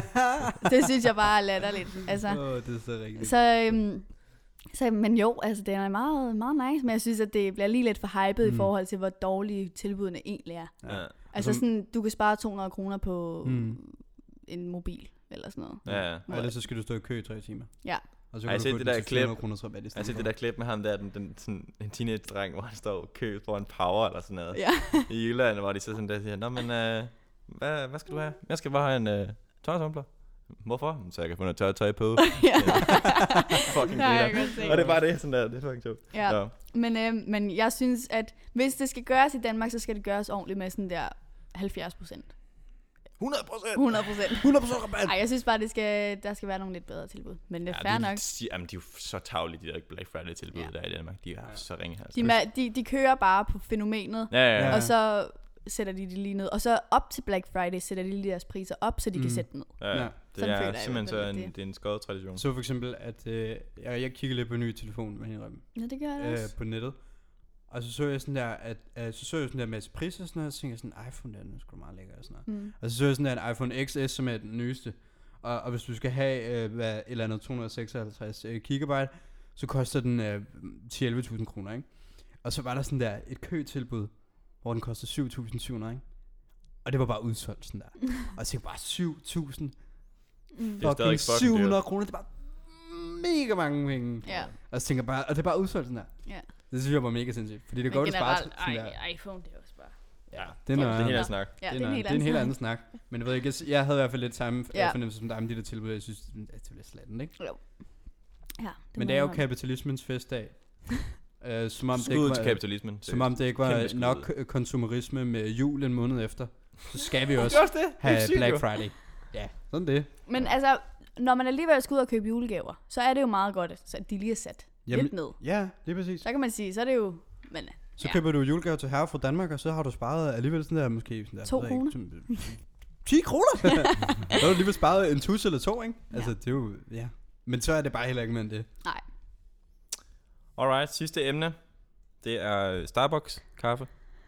Det synes jeg bare er latterligt. Altså, Åh, det er så rigtigt. så, øhm, så, men jo, altså det er meget, meget nice, men jeg synes, at det bliver lige lidt for hypet mm. i forhold til, hvor dårlige tilbudene egentlig er. Ja. Altså sådan, du kan spare to hundrede kroner på Mm. en mobil, eller sådan noget. Ja, ja. Og ellers så skal du stå i kø i tre timer. Ja. Og så Ej, kan se du få det den der til fire hundrede klip. kroner rabat i Jeg har stedet set for. det der klip med ham der, den, den sådan, en teenage-dreng, hvor han står i kø foran Power eller sådan noget. Ja. I Jylland, hvor de så sådan der siger, nå, men øh, hvad, hvad skal du have? Jeg skal bare have en øh, tørretumbler. Hvorfor? Så jeg kan få noget tørre tøj på. Ja. Fucking Nej, jeg griner. kan godt se. Og det er bare det, sådan der, det er fucking sjovt. Ja. Ja. Men, øh, men jeg synes, at hvis det skal gøres i Danmark, så skal det gøres ordentligt med sådan der halvfjerds procent. hundrede procent! hundrede procent. hundrede procent rabat! Ej, jeg synes bare, det skal, der skal være nogle lidt bedre tilbud. Men det er Ja, fair de, nok. De, jamen, de er jo så tavlige, de der Black Friday tilbud, Ja. der er i Danmark. De er Ja. så ringe her. De, ma- de, de kører bare på fænomenet, Ja, ja, ja. Ja. og så sætter de det lige ned. Og så op til Black Friday sætter de lige deres priser op, så de mm. Mm. kan sætte dem ned. ja, ja. Ja. Det Sådan føler er jeg simpelthen i så hvert fald, en, at det- det er en skåret tradition. Så for eksempel, at øh, jeg, jeg kigger lidt på en ny telefon med hende Ja, det gør jeg øh, også. på nettet. Og så så jeg sådan der, at øh, så så jeg sådan der med priser og sådan noget, og så tænkte jeg sådan, iPhone der, den er sgu da meget lækker og sådan noget. Mm. Og så så jeg sådan der, en iPhone X S, som er den nyeste. Og, og hvis du skal have øh, hvad, et eller andet to hundrede og seksoghalvtreds øh, gigabyte, så koster den øh, ti til elleve tusind kroner, ikke? Og så var der sådan der et køtilbud, hvor den koster syv tusind syv hundrede, ikke? Og det var bare udsolgt sådan der. Og jeg tænkte bare syv tusind Mm. Det er stadig fucking fucking syv hundrede dyrt. kroner, det er bare mega mange penge. Ja. Og så tænker jeg bare, og det er bare udsolgt sådan der. Ja. Det synes jeg var mega sindssygt, fordi det Men går det spare generelt, sådan der. ej, iPhone, det er også bare... Ja, Det er noget det er en andet. helt anden snak. Ja, det, er noget, det er en helt anden snak. Men jeg ved ikke, jeg, jeg havde i hvert fald lidt samme Ja. ja. fornemmelse som dig om de der tilbud. Jeg synes, at det bliver slatten, ikke? Jo. Ja, det Men må det er jo jeg kapitalismens festdag. uh, som, om det Skud ikke til var, kapitalismen. som om det ikke Kæmpe var skud. nok øh, konsumerisme med jul en måned efter. Så skal vi også Det er også det. Det er have sygt, Black jo. Friday. Ja, sådan det. Men altså, når man alligevel skal ud og købe julegaver, så er det jo meget godt, så de lige er sat Jamen, lidt ned. Ja, det er præcis. Så kan man sige, så er det jo... Men, Så ja. køber du julegave til herre fra Danmark, og så har du sparet alligevel sådan der, måske sådan der, To ved jeg ikke, kroner. sådan, ti kroner? Så har du alligevel sparet en tus eller to, ikke? Ja. Altså, det er jo, ja. Men så er det bare heller ikke mere end det. Nej. Alright, sidste emne. Det er Starbucks kaffe.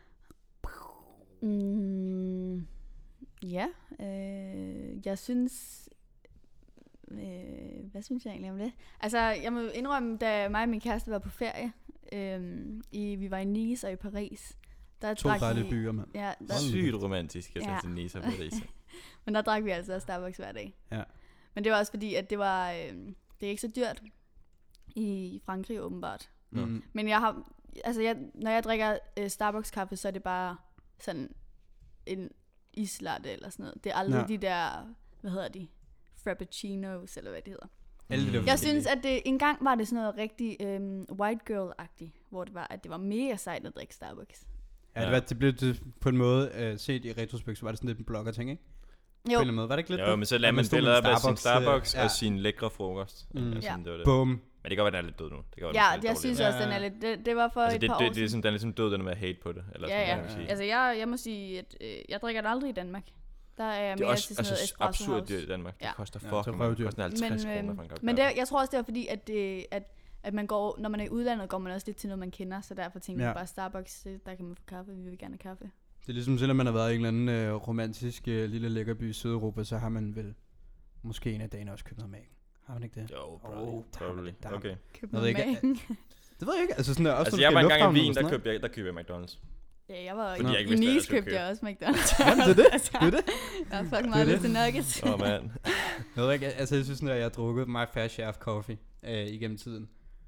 Mm, ja, øh, jeg synes... Øh, hvad synes jeg egentlig om det? Altså, jeg må indrømme, da mig og min kæreste var på ferie, øh, i, vi var i Nice og i Paris, der To drak dejlige vi, byer, mand. Ja, der, Sygt romantisk, jeg Ja. ja. til Nice og Paris. men der drak vi altså Starbucks hver dag. Ja. Men det var også fordi, at det var, øh, det er ikke så dyrt i Frankrig åbenbart. Nå. Mm. Men jeg har, altså jeg, når jeg drikker øh, Starbucks kaffe, så er det bare sådan en islatte eller sådan noget. Det er aldrig Ja. ja. de der, hvad hedder de, frappuccinos eller hvad det hedder. Alle de der Mm. Jeg forskellige. synes, at det engang var det sådan noget rigtig øhm, white girl-agtigt, hvor det var, at det var mega sejt at drikke Starbucks. Ja, det, var, det blev det, på en måde uh, set i retrospekt, så var det sådan lidt en blogger-ting, ikke? På en Jo, eller anden måde. Var det ikke lidt Jo, det? men så At lader man stod med billeder en af sin Starbucks øh, og sin lækre frokost. Mm. Altså, Ja. det var det. Bum. Men det kan godt være, den er lidt død nu. Det kan godt ja, være, den er jeg lidt synes dårlig. også, den er lidt, det, det var for altså, et det, par det, år det, er siden. sådan, den er ligesom død, den med hate på det. Eller Ja, sådan, ja. kan man sige. Altså, jeg, jeg må sige, at øh, jeg drikker det aldrig i Danmark. Der er jeg Det er mere også til sådan noget altså, espresso absurd house. dyrt i Danmark. Det Ja. koster Ja, fucking det er meget. Det røvdyrt. koster halvtreds Men, kroner øhm, for en kop Men det, kaffe. jeg tror også, det er fordi, at, det, at, at man går, når man er i udlandet, går man også lidt til noget, man kender. Så derfor tænker Ja. jeg bare, Starbucks, øh, der kan man få kaffe. Vi vil gerne have kaffe. Det er ligesom, selvom man har været i en eller anden øh, romantisk øh, lille lækkerby i Sydeuropa, så har man vel måske en af dagene også købt noget mælk. Har man ikke det? Jo, Åh, probably. der har man probably. det, der har man Okay. Køb Jeg ved noget ikke, mag. Det ved jeg ikke. Altså sådan der, også Altså, når jeg du var skal engang i lufthavnen Wien, og der sådan købte jeg, der købte jeg McDonald's. Ja, jeg var Fordi jeg i, ikke i vidste, hvad jeg Nice skulle købte jeg købe. også McDonald's. Jamen, det er det. Altså, Det er det. jeg har fucking Det meget er lyst til nuggets. Åh, oh, mand. Jeg ved ikke, altså jeg synes sådan, at jeg har drukket my fair share of coffee øh, igennem tiden.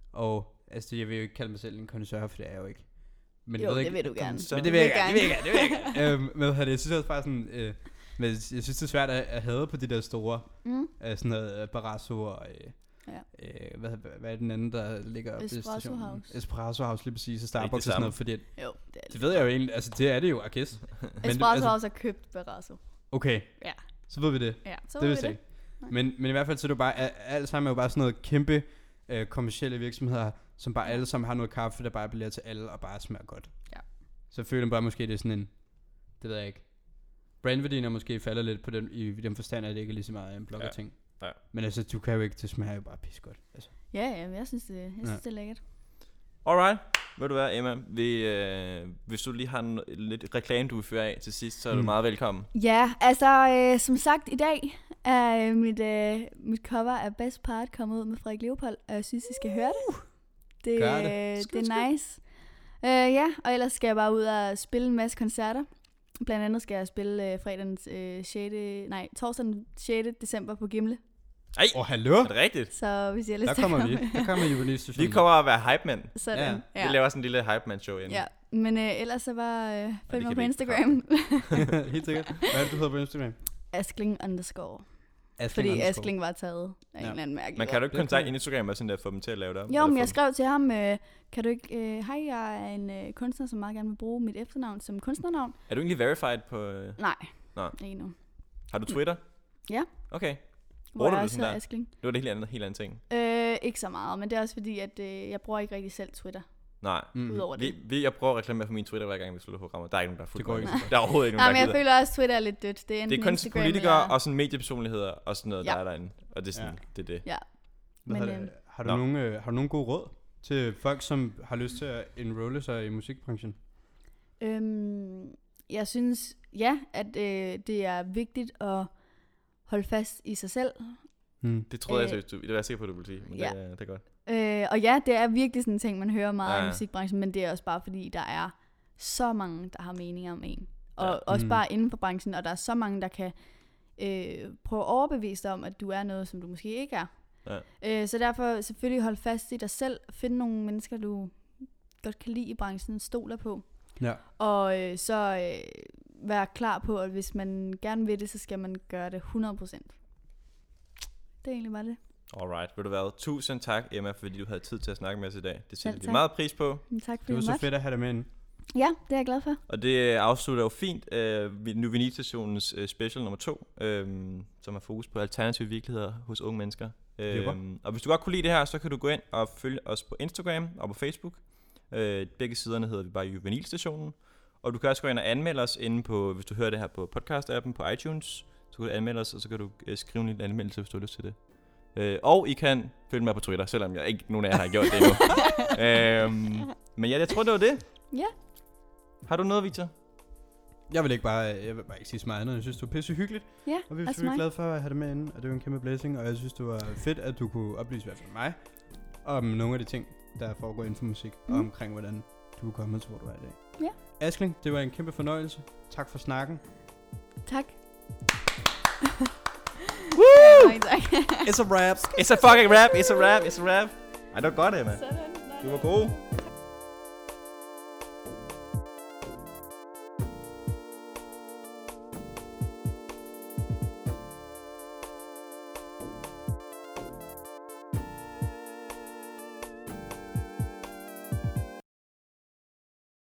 Og altså, jeg vil jo ikke kalde mig selv en connoisseur, for det er jeg jo ikke. Men Jo, jeg ved det ikke, vil du gerne. Men det vil jeg gerne, det vil jeg gerne, det vil jeg gerne. øhm, men hvad det, jeg synes også bare sådan, øh, men jeg synes det er svært at, at have på de der store, Mm. øh, sådan noget uh, Barrasso og, øh, Ja. øh, hvad, hvad, hvad er den anden, der ligger oppe i Espresso stationen? House. Espresso House lige præcis, og det Starbucks og sådan samme? noget, fordi at, Jo, det er det ved jeg jo egentlig, altså det er det jo, Arkes. Espresso House har købt Barrasso. Okay, Ja. så ved vi det. Ja, så Det ved vi vidste jeg det. ikke. Men, men i hvert fald så er det jo bare, a- alt sammen er jo bare sådan noget kæmpe øh, kommercielle virksomheder, som bare alle sammen har noget kaffe, der bare appellerer til alle og bare smager godt. Ja. Så jeg føler bare måske, det er sådan en, det ved jeg ikke. Brandværdien er måske falder lidt på den, i den forstand, at det ikke er lige så meget en blogger ting. Ja. Men altså, du kan jo ikke, det smager jo bare pis godt. Altså. Ja, ja, men jeg synes, det, jeg synes, Ja. det er lækkert. Alright. Ved du hvad, Emma? Vi, øh, hvis du lige har en, lidt reklame, du vil føre af til sidst, så er du Mm. meget velkommen. Ja, altså øh, som sagt, i dag er øh, mit, øh, mit cover af Best Part kommet ud med Frederik Leopold, og jeg synes, I skal høre det. Det, Gør det. øh, Skål, det skål. er nice. Øh, ja, og ellers skal jeg bare ud og spille en masse koncerter. Blandt andet skal jeg spille øh, fredag den øh, sjette, nej, torsdag den sjette december på Gimle. Ej, Åh, oh, hallo? er det rigtigt? Så hvis jeg har lyst Der til at kommer vi. komme. Der kommer jubilæumsstationen. Vi kommer at være hype-mænd. Sådan, Vi ja. laver sådan en lille hype-man-show ind. Ja, men øh, ellers så bare øh, det følg mig kan på vi ikke Instagram. Helt sikkert. Hvad er det, du hedder på Instagram? Askling underscore. Askling Fordi underscore. Askling var taget af Ja. en eller anden mærkelig Men kan du ikke Det kontakte kan- Instagram og sådan der, få dem til at lave det op? Jo, Eller men få jeg dem- skrev til ham, øh, kan du ikke, øh, hej, jeg er en øh, kunstner, som meget gerne vil bruge mit efternavn som kunstnernavn. Er du egentlig verified på... Øh, Nej, Nå. ikke nu. har du Twitter? Ja. Okay. Hvor Bruger du jeg det også sådan hedder der? Askling. Det var det helt andet, helt anden ting. Øh, ikke så meget, men det er også fordi, at øh, jeg bruger ikke rigtig selv Twitter, Nej. Mm. udover Vi, det. vi, jeg prøver at reklamere for min Twitter, hver gang vi slutter programmet. Der er ikke nogen, der er fuldt Det går med. ikke. Der er overhovedet ikke Nej, nogen, men der jeg gider. føler også, at Twitter er lidt dødt. Det er, Det enten er kun Instagram politikere eller... og sådan mediepersonligheder og sådan noget, Ja. der er derinde. Og det er sådan, Ja. det er det. Ja, Hvad men har, øh, det, har, du Nå. nogle, øh, har du nogle gode råd til folk, som har lyst til at enrolle sig i musikbranchen? øhm, jeg synes, ja, at øh, det er vigtigt at holde fast i sig selv. Hmm. Det troede jeg Øh, seriøst, du, det var jeg sikker på, at du ville sige. Men ja. det, er- det er godt. Øh, og ja, det er virkelig sådan en ting, man hører meget Ja, ja. ja. i musikbranchen, men det er også bare fordi, der er så mange, der har meninger om en. Og Ja. ja. også Mm. bare inden for branchen, og der er så mange, der kan øh, prøve at overbevise dig om, at du er noget, som du måske ikke er. Ja. Øh, så derfor selvfølgelig hold fast i dig selv. Find nogle mennesker, du godt kan lide i branchen, stoler på. Ja. Og øh, så øh, vær klar på, at hvis man gerne vil det, så skal man gøre det hundrede procent. Det er egentlig bare det. Alright, ved du hvad? Tusind tak, Emma, fordi du havde tid til at snakke med os i dag. Det sætter Selv vi tak. meget pris på. Men tak fordi Det var du så måtte. fedt at have dig med ind. Ja, det er jeg glad for. Og det afslutter jo fint uh, Nuvinil-stationens uh, special nummer to, um, som har fokus på alternative virkeligheder hos unge mennesker. Super. Um, og hvis du godt kunne lide det her, så kan du gå ind og følge os på Instagram og på Facebook. Uh, begge siderne hedder vi bare Juvenilstationen. Og du kan også gå ind og anmelde os inde på, hvis du hører det her på podcast-appen på iTunes, så kan du anmelde os, og så kan du uh, skrive en lille anmeldelse, hvis du har lyst til det. Uh, og I kan følge mig på Twitter, selvom jeg ikke nogen af jer har gjort det endnu. um, men ja, jeg tror, det var det. Ja. Har du noget, Victor? Jeg vil ikke bare, jeg vil bare ikke sige så meget andet. Jeg synes, det var pisse hyggeligt. Ja, Og vi er også selvfølgelig mig. glade for at have dig med inde, og det var en kæmpe blessing. Og jeg synes, det var fedt, at du kunne oplyse i hvert fald mig om nogle af de ting, der foregår inden for musik, mm. og Mhm. omkring, hvordan du er kommet til, hvor du er i dag. Ja. Askling, det var en kæmpe fornøjelse. Tak for snakken. Tak. Woo! Ja, tak. It's a wrap. It's a fucking rap, it's a rap, it's a rap. Ej, det var godt, Emma. Sådan. Du var god.